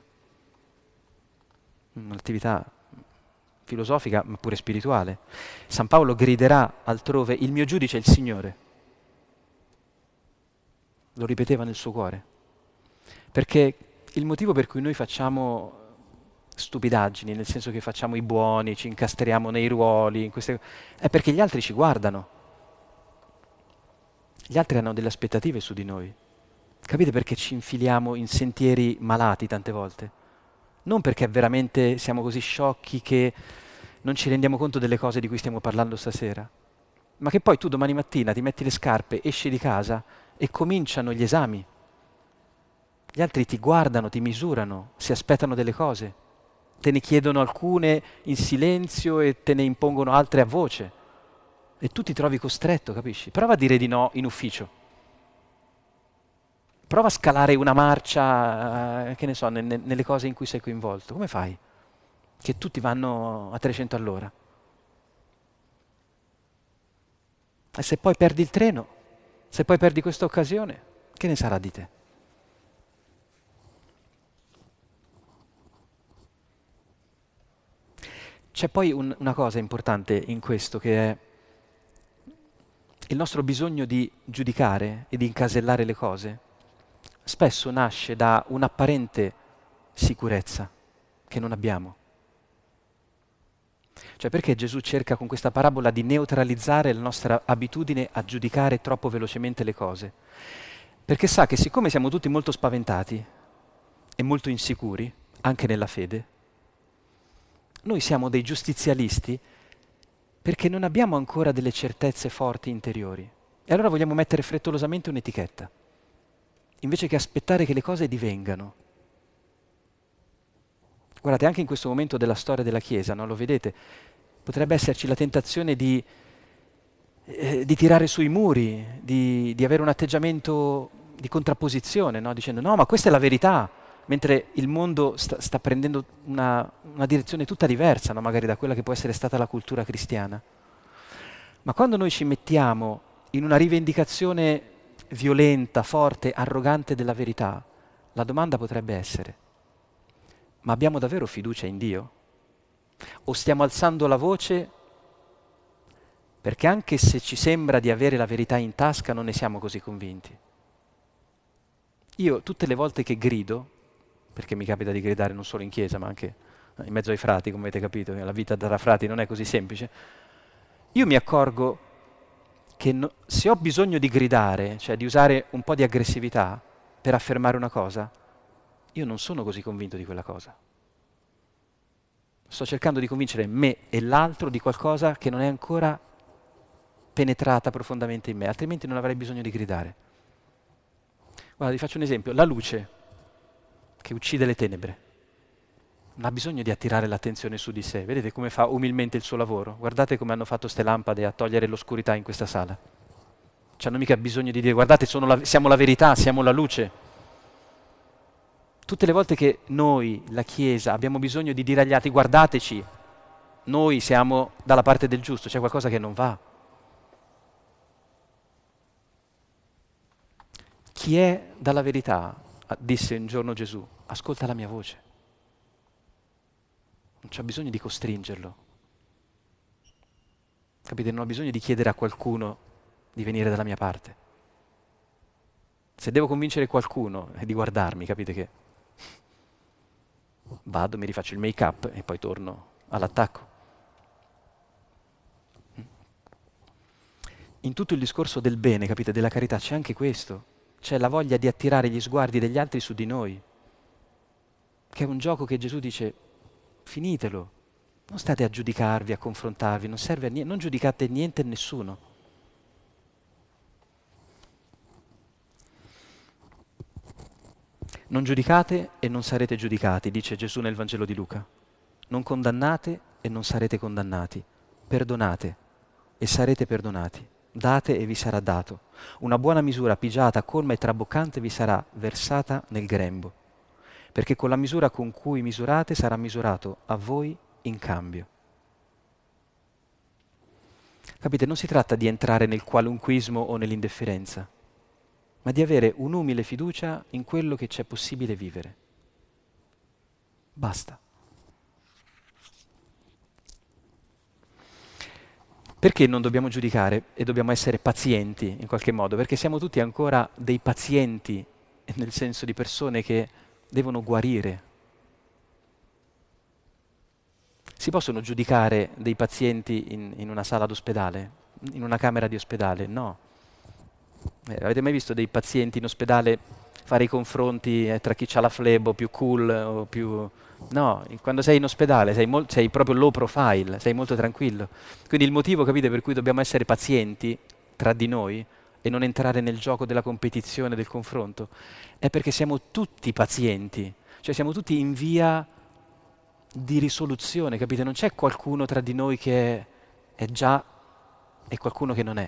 Un'attività filosofica ma pure spirituale. San Paolo griderà altrove: il mio giudice è il Signore. Lo ripeteva nel suo cuore. Perché il motivo per cui noi facciamo stupidaggini, nel senso che facciamo i buoni, ci incastriamo nei ruoli, è perché gli altri ci guardano. Gli altri hanno delle aspettative su di noi. Capite perché ci infiliamo in sentieri malati tante volte? Non perché veramente siamo così sciocchi che non ci rendiamo conto delle cose di cui stiamo parlando stasera, ma che poi tu domani mattina ti metti le scarpe, esci di casa e cominciano gli esami. Gli altri ti guardano, ti misurano, si aspettano delle cose, te ne chiedono alcune in silenzio e te ne impongono altre a voce. E tu ti trovi costretto, capisci? Prova a dire di no in ufficio. Prova a scalare una marcia, che ne so, nelle cose in cui sei coinvolto. Come fai? Che tutti vanno a 300 all'ora. E se poi perdi il treno, se poi perdi questa occasione, che ne sarà di te? C'è poi una cosa importante in questo, che è il nostro bisogno di giudicare e di incasellare le cose. Spesso nasce da un'apparente sicurezza che non abbiamo. Cioè, perché Gesù cerca con questa parabola di neutralizzare la nostra abitudine a giudicare troppo velocemente le cose? Perché sa che siccome siamo tutti molto spaventati e molto insicuri, anche nella fede, noi siamo dei giustizialisti perché non abbiamo ancora delle certezze forti interiori. E allora vogliamo mettere frettolosamente un'etichetta, invece che aspettare che le cose divengano. Guardate, anche in questo momento della storia della Chiesa, no? Lo vedete? Potrebbe esserci la tentazione di tirare sui muri, di avere un atteggiamento di contrapposizione, no? Dicendo no, ma questa è la verità, mentre il mondo sta prendendo una direzione tutta diversa, no? Magari da quella che può essere stata la cultura cristiana. Ma quando noi ci mettiamo in una rivendicazione violenta, forte, arrogante della verità, la domanda potrebbe essere: ma abbiamo davvero fiducia in Dio? O stiamo alzando la voce perché anche se ci sembra di avere la verità in tasca non ne siamo così convinti? Io tutte le volte che grido, perché mi capita di gridare non solo in chiesa ma anche in mezzo ai frati, come avete capito, la vita tra frati non è così semplice, io mi accorgo che se ho bisogno di gridare, cioè di usare un po' di aggressività per affermare una cosa, io non sono così convinto di quella cosa. Sto cercando di convincere me e l'altro di qualcosa che non è ancora penetrata profondamente in me, altrimenti non avrei bisogno di gridare. Guarda, vi faccio un esempio. La luce che uccide le tenebre non ha bisogno di attirare l'attenzione su di sé. Vedete come fa umilmente il suo lavoro? Guardate come hanno fatto ste lampade a togliere l'oscurità in questa sala. Ci hanno mica bisogno di dire guardate, siamo la verità, siamo la luce. Tutte le volte che noi, la Chiesa, abbiamo bisogno di dire agli altri guardateci, noi siamo dalla parte del giusto, c'è qualcosa che non va. Chi è dalla verità, disse un giorno Gesù, ascolta la mia voce. Non c'è bisogno di costringerlo. Capite? Non ho bisogno di chiedere a qualcuno di venire dalla mia parte. Se devo convincere qualcuno di guardarmi, capite che vado, mi rifaccio il make-up e poi torno all'attacco. In tutto il discorso del bene, capite, della carità, c'è anche questo. C'è la voglia di attirare gli sguardi degli altri su di noi. Che è un gioco che Gesù dice, finitelo. Non state a giudicarvi, a confrontarvi, non serve a niente, non giudicate niente e nessuno. Non giudicate e non sarete giudicati, dice Gesù nel Vangelo di Luca. Non condannate e non sarete condannati. Perdonate e sarete perdonati. Date e vi sarà dato. Una buona misura pigiata, colma e traboccante vi sarà versata nel grembo. Perché con la misura con cui misurate sarà misurato a voi in cambio. Capite? Non si tratta di entrare nel qualunquismo o nell'indifferenza, ma di avere un'umile fiducia in quello che c'è possibile vivere. Basta. Perché non dobbiamo giudicare e dobbiamo essere pazienti in qualche modo? Perché siamo tutti ancora dei pazienti, nel senso di persone che devono guarire. Si possono giudicare dei pazienti in una sala d'ospedale? In una camera di ospedale? No. Avete mai visto dei pazienti in ospedale fare i confronti tra chi ha la flebo più cool o più... No, quando sei in ospedale sei proprio low profile, sei molto tranquillo. Quindi il motivo, capite, per cui dobbiamo essere pazienti tra di noi e non entrare nel gioco della competizione, del confronto, è perché siamo tutti pazienti, cioè siamo tutti in via di risoluzione, capite? Non c'è qualcuno tra di noi che è già e qualcuno che non è.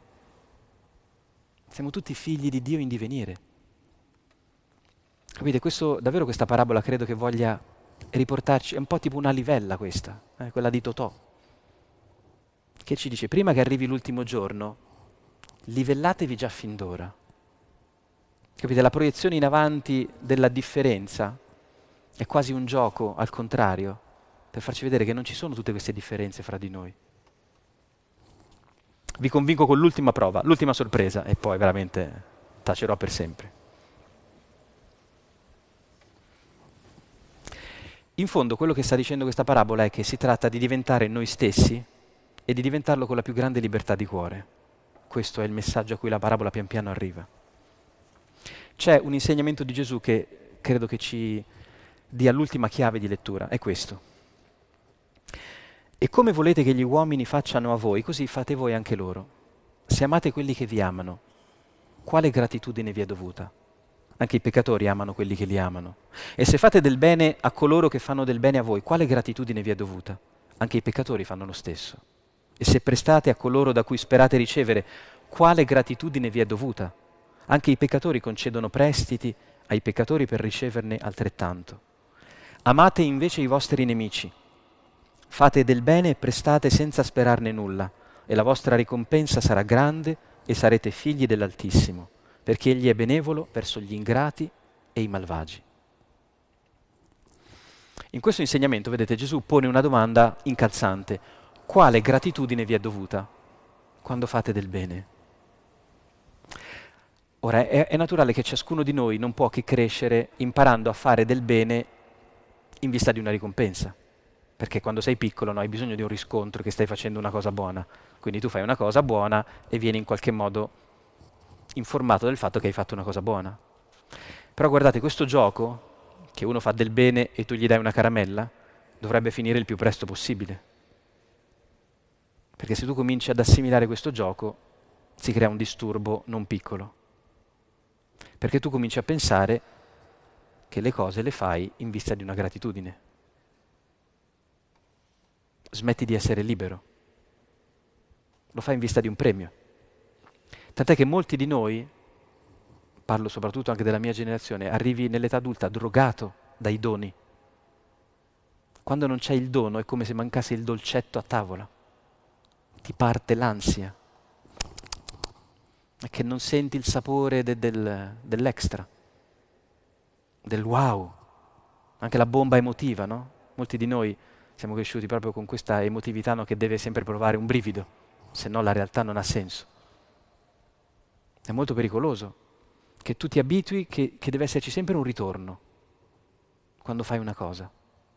Siamo tutti figli di Dio in divenire. Capite? Davvero questa parabola credo che voglia riportarci, è un po' tipo una livella questa, quella di Totò, che ci dice prima che arrivi l'ultimo giorno, livellatevi già fin d'ora. Capite? La proiezione in avanti della differenza è quasi un gioco al contrario, per farci vedere che non ci sono tutte queste differenze fra di noi. Vi convinco con l'ultima prova, l'ultima sorpresa, e poi veramente tacerò per sempre. In fondo quello che sta dicendo questa parabola è che si tratta di diventare noi stessi e di diventarlo con la più grande libertà di cuore. Questo è il messaggio a cui la parabola pian piano arriva. C'è un insegnamento di Gesù che credo che ci dia l'ultima chiave di lettura, è questo. E come volete che gli uomini facciano a voi, così fate voi anche loro. Se amate quelli che vi amano, quale gratitudine vi è dovuta? Anche i peccatori amano quelli che li amano. E se fate del bene a coloro che fanno del bene a voi, quale gratitudine vi è dovuta? Anche i peccatori fanno lo stesso. E se prestate a coloro da cui sperate ricevere, quale gratitudine vi è dovuta? Anche i peccatori concedono prestiti ai peccatori per riceverne altrettanto. Amate invece i vostri nemici. Fate del bene e prestate senza sperarne nulla, e la vostra ricompensa sarà grande e sarete figli dell'Altissimo, perché Egli è benevolo verso gli ingrati e i malvagi. In questo insegnamento, vedete, Gesù pone una domanda incalzante. Quale gratitudine vi è dovuta quando fate del bene? Ora, è naturale che ciascuno di noi non può che crescere imparando a fare del bene in vista di una ricompensa. Perché quando sei piccolo no, hai bisogno di un riscontro che stai facendo una cosa buona. Quindi tu fai una cosa buona e vieni in qualche modo informato del fatto che hai fatto una cosa buona. Però guardate, questo gioco, che uno fa del bene e tu gli dai una caramella, dovrebbe finire il più presto possibile. Perché se tu cominci ad assimilare questo gioco, si crea un disturbo non piccolo. Perché tu cominci a pensare che le cose le fai in vista di una gratitudine. Smetti di essere libero. Lo fai in vista di un premio. Tant'è che molti di noi, parlo soprattutto anche della mia generazione, arrivi nell'età adulta drogato dai doni. Quando non c'è il dono è come se mancasse il dolcetto a tavola. Ti parte l'ansia. È che non senti il sapore dell'extra, del wow. Anche la bomba emotiva, no? Molti di noi siamo cresciuti proprio con questa emotività, no, che deve sempre provare un brivido, se no la realtà non ha senso. È molto pericoloso che tu ti abitui che deve esserci sempre un ritorno quando fai una cosa.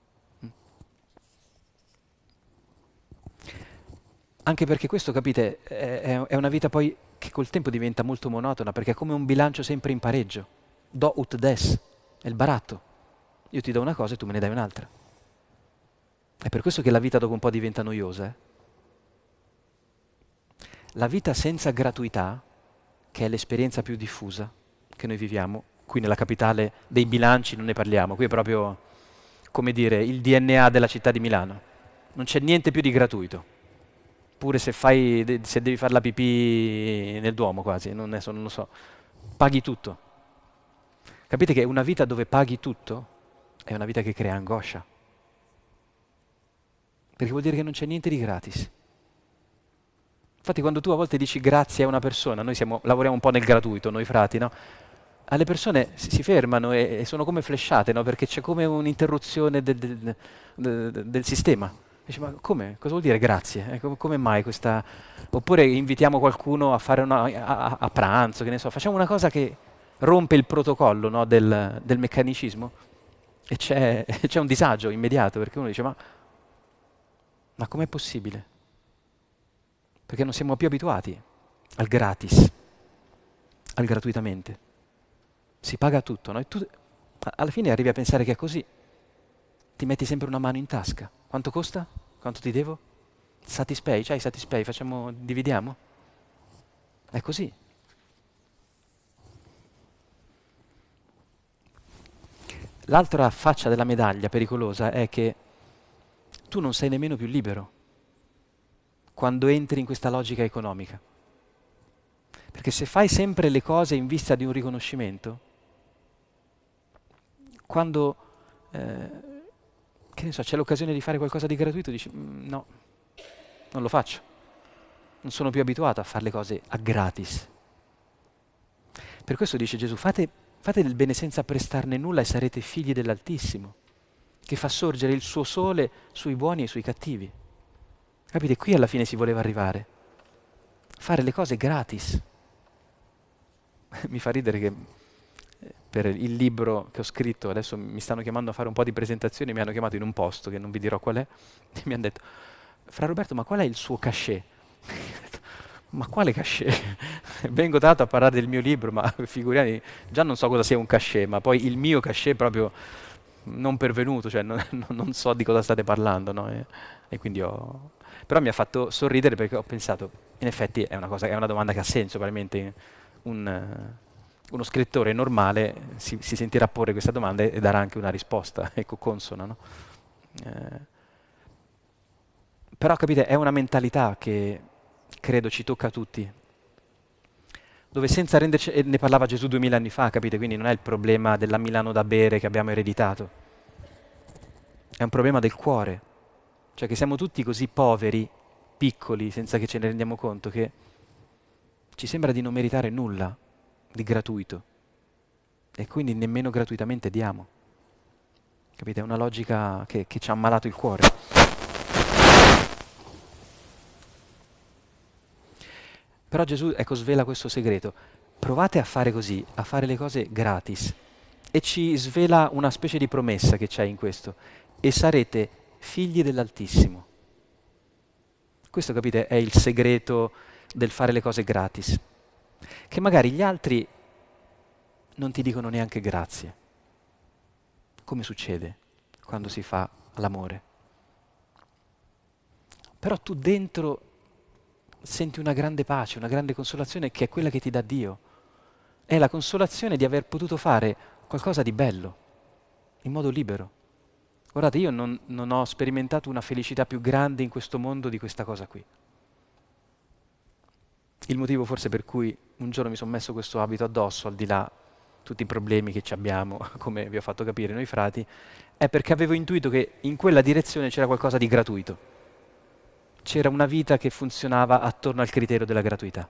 Anche perché questo, capite, è una vita poi che col tempo diventa molto monotona, perché è come un bilancio sempre in pareggio. Do ut des, è il baratto. Io ti do una cosa e tu me ne dai un'altra. È per questo che la vita dopo un po' diventa noiosa. La vita senza gratuità, che è l'esperienza più diffusa che noi viviamo, qui nella capitale dei bilanci non ne parliamo, qui è proprio, come dire, il DNA della città di Milano. Non c'è niente più di gratuito. Pure se devi fare la pipì nel Duomo quasi, non lo so. Paghi tutto. Capite che una vita dove paghi tutto è una vita che crea angoscia. Perché vuol dire che non c'è niente di gratis. Infatti quando tu a volte dici grazie a una persona, lavoriamo un po' nel gratuito, noi frati, no? Alle persone si fermano e sono come flashate, no? Perché c'è come un'interruzione del sistema. Dici, ma come? Cosa vuol dire grazie? Come mai questa... Oppure invitiamo qualcuno a fare a pranzo, che ne so, facciamo una cosa che rompe il protocollo, no, del meccanicismo e c'è un disagio immediato perché uno dice ma com'è possibile? Perché non siamo più abituati al gratis, al gratuitamente. Si paga tutto, no? E tu alla fine arrivi a pensare che è così. Ti metti sempre una mano in tasca. Quanto costa? Quanto ti devo? Satispay, c'hai Satispay, dividiamo? È così. L'altra faccia della medaglia pericolosa è che tu non sei nemmeno più libero quando entri in questa logica economica. Perché se fai sempre le cose in vista di un riconoscimento, quando che ne so, c'è l'occasione di fare qualcosa di gratuito, dici no, non lo faccio. Non sono più abituato a fare le cose a gratis. Per questo dice Gesù, fate del bene senza prestarne nulla e sarete figli dell'Altissimo, che fa sorgere il suo sole sui buoni e sui cattivi. Capite? Qui alla fine si voleva arrivare. Fare le cose gratis. Mi fa ridere che per il libro che ho scritto, adesso mi stanno chiamando a fare un po' di presentazioni, mi hanno chiamato in un posto che non vi dirò qual è, e mi hanno detto, Fra Roberto, ma qual è il suo cachet? Ma quale cachet? Vengo dato a parlare del mio libro, ma figuriamoci, già non so cosa sia un cachet, ma poi il mio cachet proprio non pervenuto, cioè non so di cosa state parlando, no? E quindi ho... Però mi ha fatto sorridere perché ho pensato, in effetti è una domanda che ha senso, probabilmente uno scrittore normale si sentirà porre questa domanda e darà anche una risposta, ecco, consona, no? Eh, Però capite, è una mentalità che credo ci tocca a tutti, dove senza renderci, e ne parlava Gesù 2000 anni fa, capite? Quindi non è il problema della Milano da bere che abbiamo ereditato, è un problema del cuore, cioè che siamo tutti così poveri, piccoli, senza che ce ne rendiamo conto, che ci sembra di non meritare nulla di gratuito e quindi nemmeno gratuitamente diamo. Capite? È una logica che ci ha ammalato il cuore. Però Gesù, ecco, svela questo segreto. Provate a fare così, a fare le cose gratis. E ci svela una specie di promessa che c'è in questo. E sarete figli dell'Altissimo. Questo, capite, è il segreto del fare le cose gratis. Che magari gli altri non ti dicono neanche grazie. Come succede quando si fa l'amore? Però tu dentro senti una grande pace, una grande consolazione che è quella che ti dà Dio. È la consolazione di aver potuto fare qualcosa di bello, in modo libero. Guardate, io non ho sperimentato una felicità più grande in questo mondo di questa cosa qui. Il motivo forse per cui un giorno mi sono messo questo abito addosso, al di là tutti i problemi che ci abbiamo, come vi ho fatto capire noi frati, è perché avevo intuito che in quella direzione c'era qualcosa di gratuito. C'era una vita che funzionava attorno al criterio della gratuità.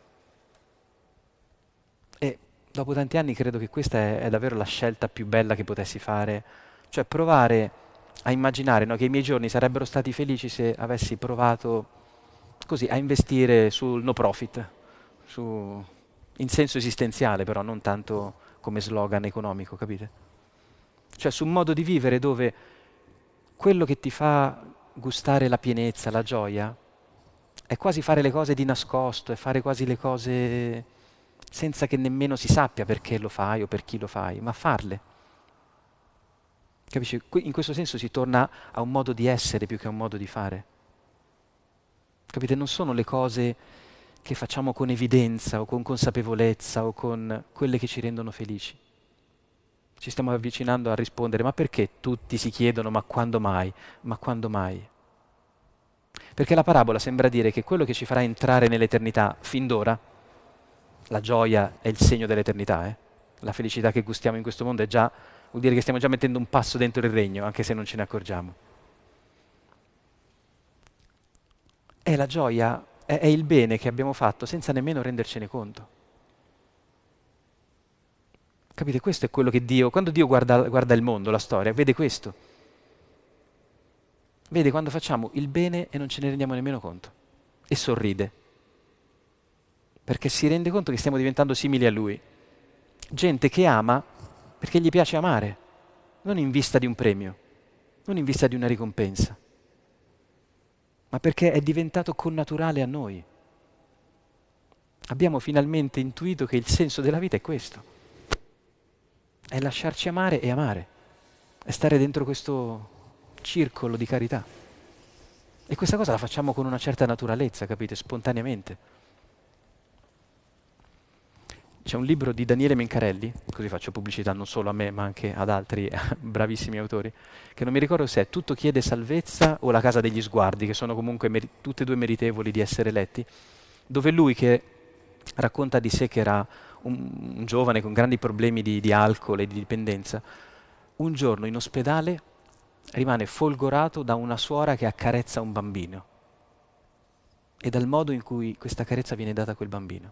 E dopo tanti anni credo che questa è davvero la scelta più bella che potessi fare, cioè provare a immaginare, no, che i miei giorni sarebbero stati felici se avessi provato così a investire sul no profit, in senso esistenziale però, non tanto come slogan economico, capite? Cioè su un modo di vivere dove quello che ti fa gustare la pienezza, la gioia, è quasi fare le cose di nascosto, è fare quasi le cose senza che nemmeno si sappia perché lo fai o per chi lo fai, ma farle. Capisci? In questo senso si torna a un modo di essere più che a un modo di fare. Capite? Non sono le cose che facciamo con evidenza o con consapevolezza o con quelle che ci rendono felici. Ci stiamo avvicinando a rispondere, ma perché tutti si chiedono, ma quando mai? Ma quando mai? Perché la parabola sembra dire che quello che ci farà entrare nell'eternità fin d'ora, la gioia è il segno dell'eternità, eh? La felicità che gustiamo in questo mondo è già, vuol dire che stiamo già mettendo un passo dentro il regno, anche se non ce ne accorgiamo. E la gioia è il bene che abbiamo fatto senza nemmeno rendercene conto. Capite? Questo è quello che Dio, quando Dio guarda il mondo, la storia, vede questo. Vede quando facciamo il bene e non ce ne rendiamo nemmeno conto. E sorride. Perché si rende conto che stiamo diventando simili a Lui. Gente che ama perché gli piace amare, non in vista di un premio, non in vista di una ricompensa, ma perché è diventato connaturale a noi. Abbiamo finalmente intuito che il senso della vita è questo. È lasciarci amare e amare, è stare dentro questo circolo di carità. E questa cosa la facciamo con una certa naturalezza, capite? Spontaneamente. C'è un libro di Daniele Mencarelli, così faccio pubblicità non solo a me ma anche ad altri bravissimi autori, che non mi ricordo se è Tutto chiede salvezza o La casa degli sguardi, che sono comunque tutte e due meritevoli di essere letti, dove lui che racconta di sé che era un giovane con grandi problemi di alcol e di dipendenza, un giorno in ospedale rimane folgorato da una suora che accarezza un bambino e dal modo in cui questa carezza viene data a quel bambino.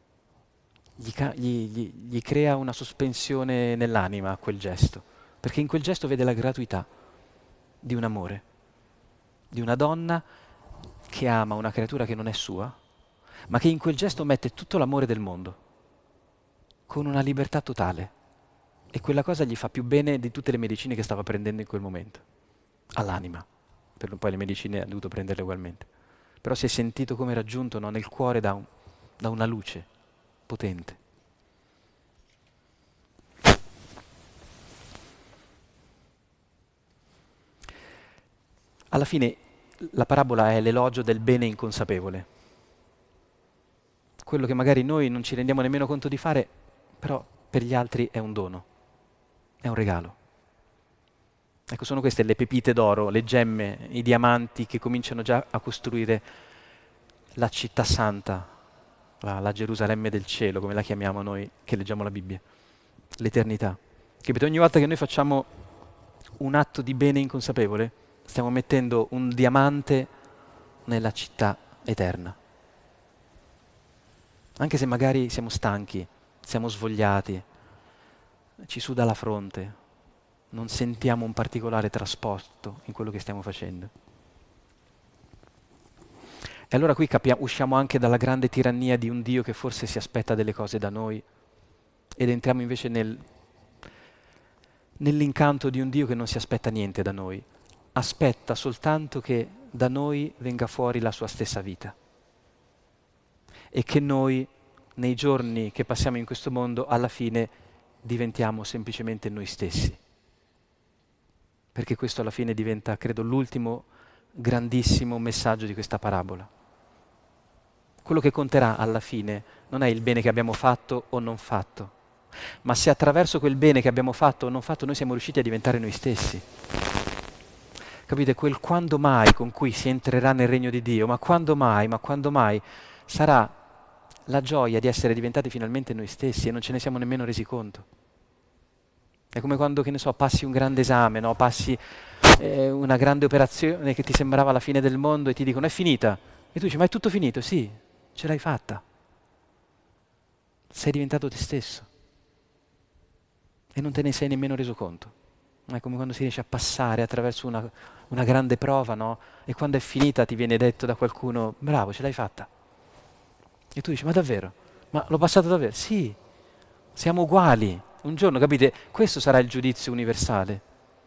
Gli crea una sospensione nell'anima a quel gesto, perché in quel gesto vede la gratuità di un amore, di una donna che ama una creatura che non è sua, ma che in quel gesto mette tutto l'amore del mondo, con una libertà totale. E quella cosa gli fa più bene di tutte le medicine che stava prendendo in quel momento, all'anima. Per poi le medicine ha dovuto prenderle ugualmente. Però si è sentito come raggiunto, no, nel cuore da una luce potente. Alla fine la parabola è l'elogio del bene inconsapevole. Quello che magari noi non ci rendiamo nemmeno conto di fare, però per gli altri è un dono, è un regalo. Ecco, sono queste le pepite d'oro, le gemme, i diamanti che cominciano già a costruire la città santa, la Gerusalemme del cielo, come la chiamiamo noi che leggiamo la Bibbia, l'eternità. Capite? Ogni volta che noi facciamo un atto di bene inconsapevole, stiamo mettendo un diamante nella città eterna. Anche se magari siamo stanchi, siamo svogliati, ci suda la fronte, non sentiamo un particolare trasporto in quello che stiamo facendo. E allora qui usciamo anche dalla grande tirannia di un Dio che forse si aspetta delle cose da noi ed entriamo invece nell'incanto di un Dio che non si aspetta niente da noi, aspetta soltanto che da noi venga fuori la sua stessa vita e che noi, nei giorni che passiamo in questo mondo, alla fine diventiamo semplicemente noi stessi. Perché questo alla fine diventa, credo, l'ultimo grandissimo messaggio di questa parabola. Quello che conterà alla fine non è il bene che abbiamo fatto o non fatto, ma se attraverso quel bene che abbiamo fatto o non fatto noi siamo riusciti a diventare noi stessi. Capite? Quel quando mai con cui si entrerà nel regno di Dio, ma quando mai sarà la gioia di essere diventati finalmente noi stessi e non ce ne siamo nemmeno resi conto. È come quando, che ne so, passi un grande esame, no? Passi una grande operazione che ti sembrava la fine del mondo e ti dicono è finita. E tu dici ma è tutto finito? Sì, ce l'hai fatta. Sei diventato te stesso e non te ne sei nemmeno reso conto. È come quando si riesce a passare attraverso una grande prova, no? E quando è finita ti viene detto da qualcuno bravo, ce l'hai fatta. E tu dici ma davvero? Ma l'ho passato davvero? Sì, siamo uguali. Un giorno, capite, questo sarà il giudizio universale.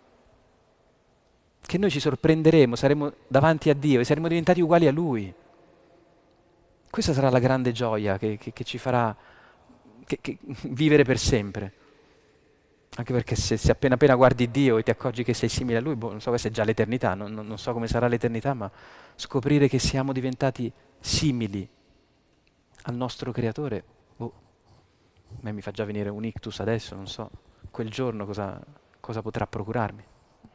Che noi ci sorprenderemo, saremo davanti a Dio e saremo diventati uguali a Lui. Questa sarà la grande gioia che ci farà vivere per sempre. Anche perché se appena appena guardi Dio e ti accorgi che sei simile a Lui, boh, non so, questa è già l'eternità, non so come sarà l'eternità, ma scoprire che siamo diventati simili al nostro Creatore, boh, a me mi fa già venire un ictus adesso, non so, quel giorno cosa potrà procurarmi.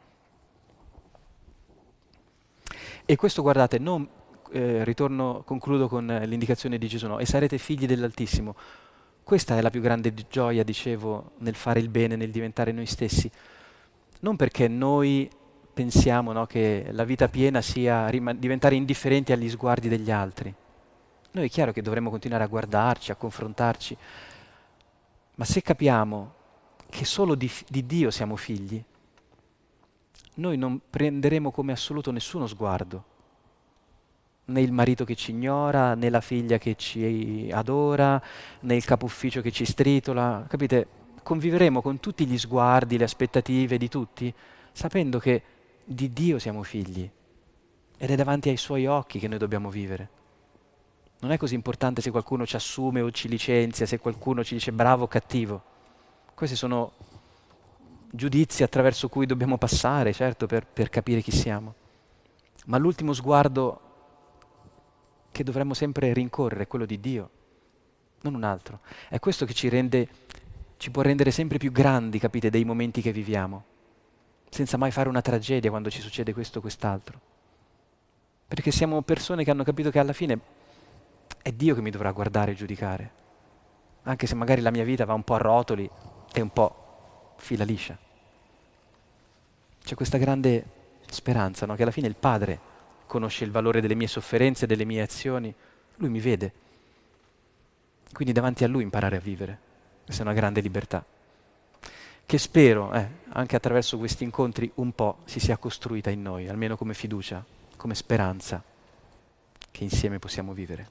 E questo, guardate, non concludo con l'indicazione di Gesù, no? E sarete figli dell'Altissimo. Questa è la più grande gioia, dicevo, nel fare il bene, nel diventare noi stessi. Non perché noi pensiamo, no, che la vita piena sia diventare indifferenti agli sguardi degli altri. Noi è chiaro che dovremmo continuare a guardarci, a confrontarci, ma se capiamo che solo di Dio siamo figli, noi non prenderemo come assoluto nessuno sguardo, né il marito che ci ignora, né la figlia che ci adora, né il capo ufficio che ci stritola, capite? Conviveremo con tutti gli sguardi, le aspettative di tutti, sapendo che di Dio siamo figli ed è davanti ai Suoi occhi che noi dobbiamo vivere. Non è così importante se qualcuno ci assume o ci licenzia, se qualcuno ci dice bravo o cattivo. Questi sono giudizi attraverso cui dobbiamo passare, certo, per capire chi siamo. Ma l'ultimo sguardo che dovremmo sempre rincorrere è quello di Dio, non un altro. È questo che ci può rendere sempre più grandi, capite, dei momenti che viviamo, senza mai fare una tragedia quando ci succede questo o quest'altro. Perché siamo persone che hanno capito che alla fine è Dio che mi dovrà guardare e giudicare, anche se magari la mia vita va un po' a rotoli e un po' fila liscia. C'è questa grande speranza, no? Che alla fine il Padre conosce il valore delle mie sofferenze, delle mie azioni, Lui mi vede. Quindi davanti a Lui imparare a vivere. Questa è una grande libertà, che spero, anche attraverso questi incontri, un po' si sia costruita in noi, almeno come fiducia, come speranza, che insieme possiamo vivere.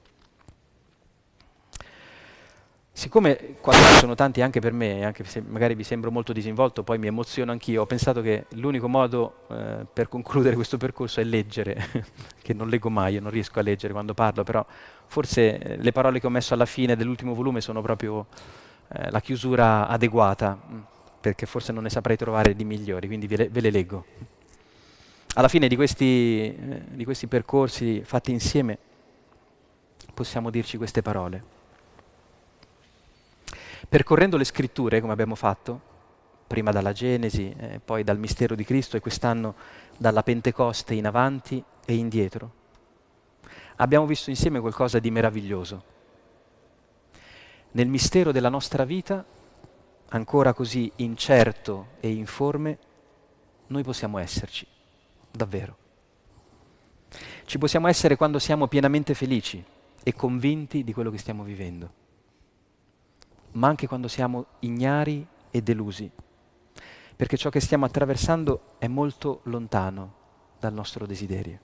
Siccome qua sono tanti anche per me, anche se magari vi sembro molto disinvolto, poi mi emoziono anch'io, ho pensato che l'unico modo per concludere questo percorso è leggere, che non leggo mai, io non riesco a leggere quando parlo, però forse le parole che ho messo alla fine dell'ultimo volume sono proprio la chiusura adeguata, perché forse non ne saprei trovare di migliori, quindi ve le leggo. Alla fine di questi percorsi fatti insieme possiamo dirci queste parole. Percorrendo le scritture, come abbiamo fatto, prima dalla Genesi, poi dal mistero di Cristo e quest'anno dalla Pentecoste in avanti e indietro, abbiamo visto insieme qualcosa di meraviglioso. Nel mistero della nostra vita, ancora così incerto e informe, noi possiamo esserci, davvero. Ci possiamo essere quando siamo pienamente felici e convinti di quello che stiamo vivendo, ma anche quando siamo ignari e delusi, perché ciò che stiamo attraversando è molto lontano dal nostro desiderio.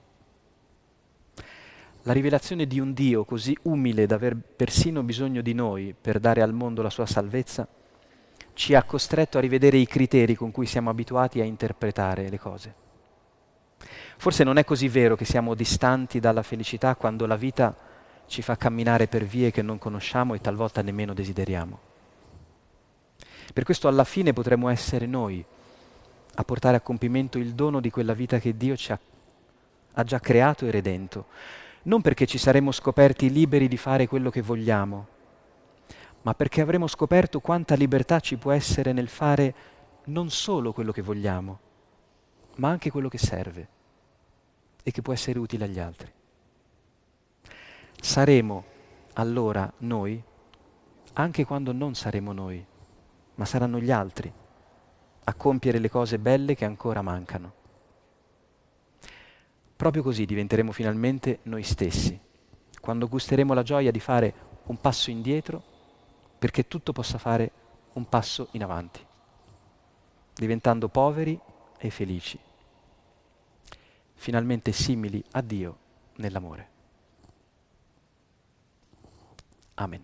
La rivelazione di un Dio così umile da aver persino bisogno di noi per dare al mondo la sua salvezza ci ha costretto a rivedere i criteri con cui siamo abituati a interpretare le cose. Forse non è così vero che siamo distanti dalla felicità quando la vita ci fa camminare per vie che non conosciamo e talvolta nemmeno desideriamo. Per questo alla fine potremo essere noi a portare a compimento il dono di quella vita che Dio ha già creato e redento, non perché ci saremo scoperti liberi di fare quello che vogliamo, ma perché avremo scoperto quanta libertà ci può essere nel fare non solo quello che vogliamo, ma anche quello che serve e che può essere utile agli altri. Saremo allora noi, anche quando non saremo noi, ma saranno gli altri a compiere le cose belle che ancora mancano. Proprio così diventeremo finalmente noi stessi, quando gusteremo la gioia di fare un passo indietro perché tutto possa fare un passo in avanti, diventando poveri e felici, finalmente simili a Dio nell'amore. Amen.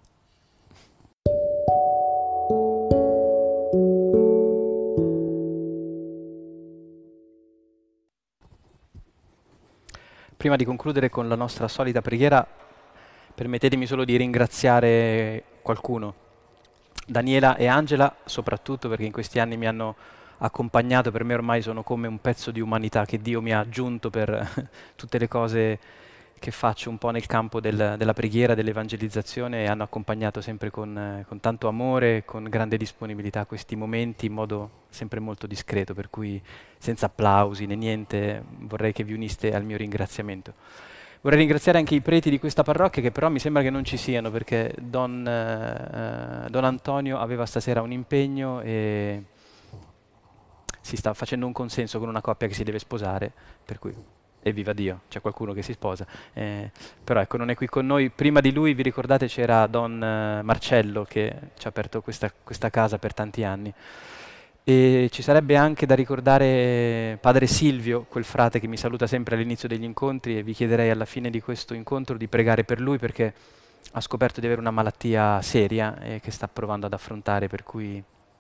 Prima di concludere con la nostra solita preghiera, permettetemi solo di ringraziare qualcuno. Daniela e Angela, soprattutto perché in questi anni mi hanno accompagnato, per me ormai sono come un pezzo di umanità che Dio mi ha aggiunto per tutte le cose che faccio un po' nel campo della preghiera, dell'evangelizzazione, e hanno accompagnato sempre con tanto amore, con grande disponibilità questi momenti in modo sempre molto discreto, per cui senza applausi né niente, vorrei che vi uniste al mio ringraziamento. Vorrei ringraziare anche i preti di questa parrocchia, che però mi sembra che non ci siano perché Don Antonio aveva stasera un impegno e si sta facendo un consenso con una coppia che si deve sposare, per cui, evviva Dio, c'è qualcuno che si sposa. Però ecco, non è qui con noi. Prima di lui, vi ricordate, c'era Don Marcello che ci ha aperto questa casa per tanti anni. E ci sarebbe anche da ricordare Padre Silvio, quel frate che mi saluta sempre all'inizio degli incontri, e vi chiederei alla fine di questo incontro di pregare per lui perché ha scoperto di avere una malattia seria e che sta provando ad affrontare, per cui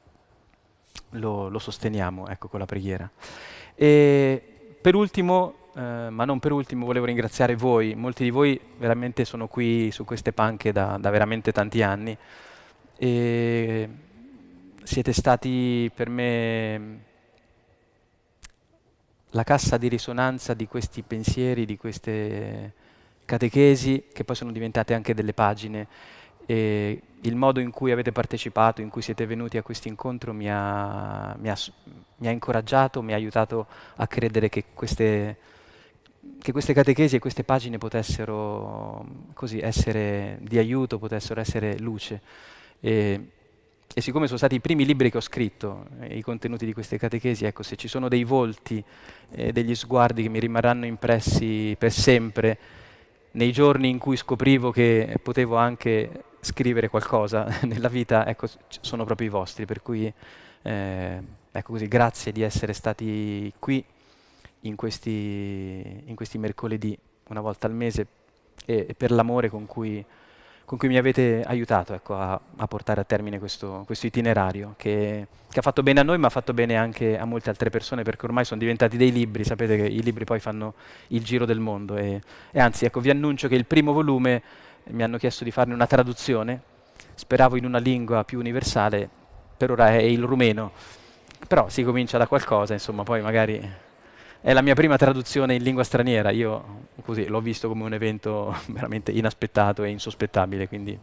lo sosteniamo, ecco, con la preghiera. E per ultimo, ma non per ultimo, volevo ringraziare voi. Molti di voi veramente sono qui su queste panche da veramente tanti anni e siete stati per me la cassa di risonanza di questi pensieri, di queste catechesi, che poi sono diventate anche delle pagine. E il modo in cui avete partecipato, in cui siete venuti a questo incontro mi ha incoraggiato, mi ha aiutato a credere che queste catechesi e queste pagine potessero così essere di aiuto, potessero essere luce. E, e siccome sono stati i primi libri che ho scritto, i contenuti di queste catechesi, ecco, se ci sono dei volti, degli sguardi che mi rimarranno impressi per sempre, nei giorni in cui scoprivo che potevo anche scrivere qualcosa nella vita, ecco, sono proprio i vostri, per cui, ecco così, grazie di essere stati qui in questi mercoledì, una volta al mese, e per l'amore con cui mi avete aiutato, ecco, a portare a termine questo itinerario che ha fatto bene a noi, ma ha fatto bene anche a molte altre persone, perché ormai sono diventati dei libri. Sapete che i libri poi fanno il giro del mondo e anzi, ecco, vi annuncio che il primo volume mi hanno chiesto di farne una traduzione, speravo in una lingua più universale, per ora è il rumeno, però si comincia da qualcosa, insomma, poi magari è la mia prima traduzione in lingua straniera, io così l'ho visto come un evento veramente inaspettato e insospettabile, quindi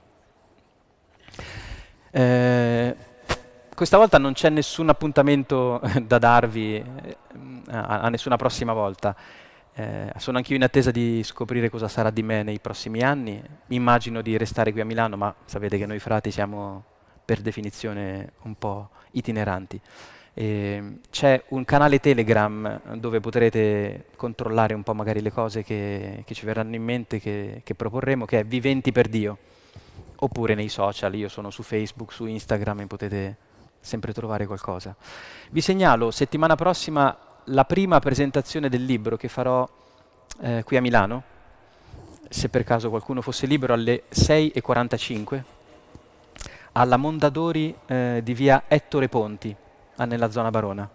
eh, questa volta non c'è nessun appuntamento da darvi a nessuna prossima volta. Sono anch'io in attesa di scoprire cosa sarà di me nei prossimi anni. Immagino di restare qui a Milano, ma sapete che noi frati siamo per definizione un po' itineranti. C'è un canale Telegram dove potrete controllare un po' magari le cose che ci verranno in mente, che proporremo, che è Viventi per Dio. Oppure nei social, io sono su Facebook, su Instagram e potete sempre trovare qualcosa. Vi segnalo settimana prossima la prima presentazione del libro che farò qui a Milano, se per caso qualcuno fosse libero, alle 6:45 alla Mondadori di via Ettore Ponti, nella zona Barona.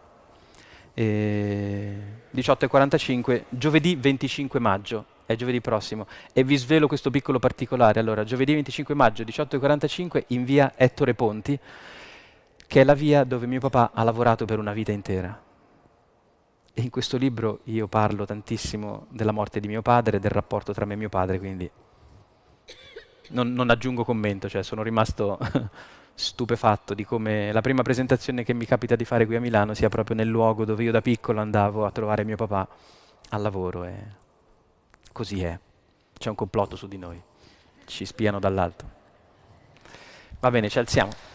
18:45, giovedì 25 maggio, è giovedì prossimo, e vi svelo questo piccolo particolare. Allora, giovedì 25 maggio, 18:45, in via Ettore Ponti, che è la via dove mio papà ha lavorato per una vita intera. E in questo libro io parlo tantissimo della morte di mio padre, del rapporto tra me e mio padre, quindi non aggiungo commento, cioè sono rimasto stupefatto di come la prima presentazione che mi capita di fare qui a Milano sia proprio nel luogo dove io da piccolo andavo a trovare mio papà al lavoro, e così è. C'è un complotto su di noi. ci spiano dall'alto. Va bene, ci alziamo.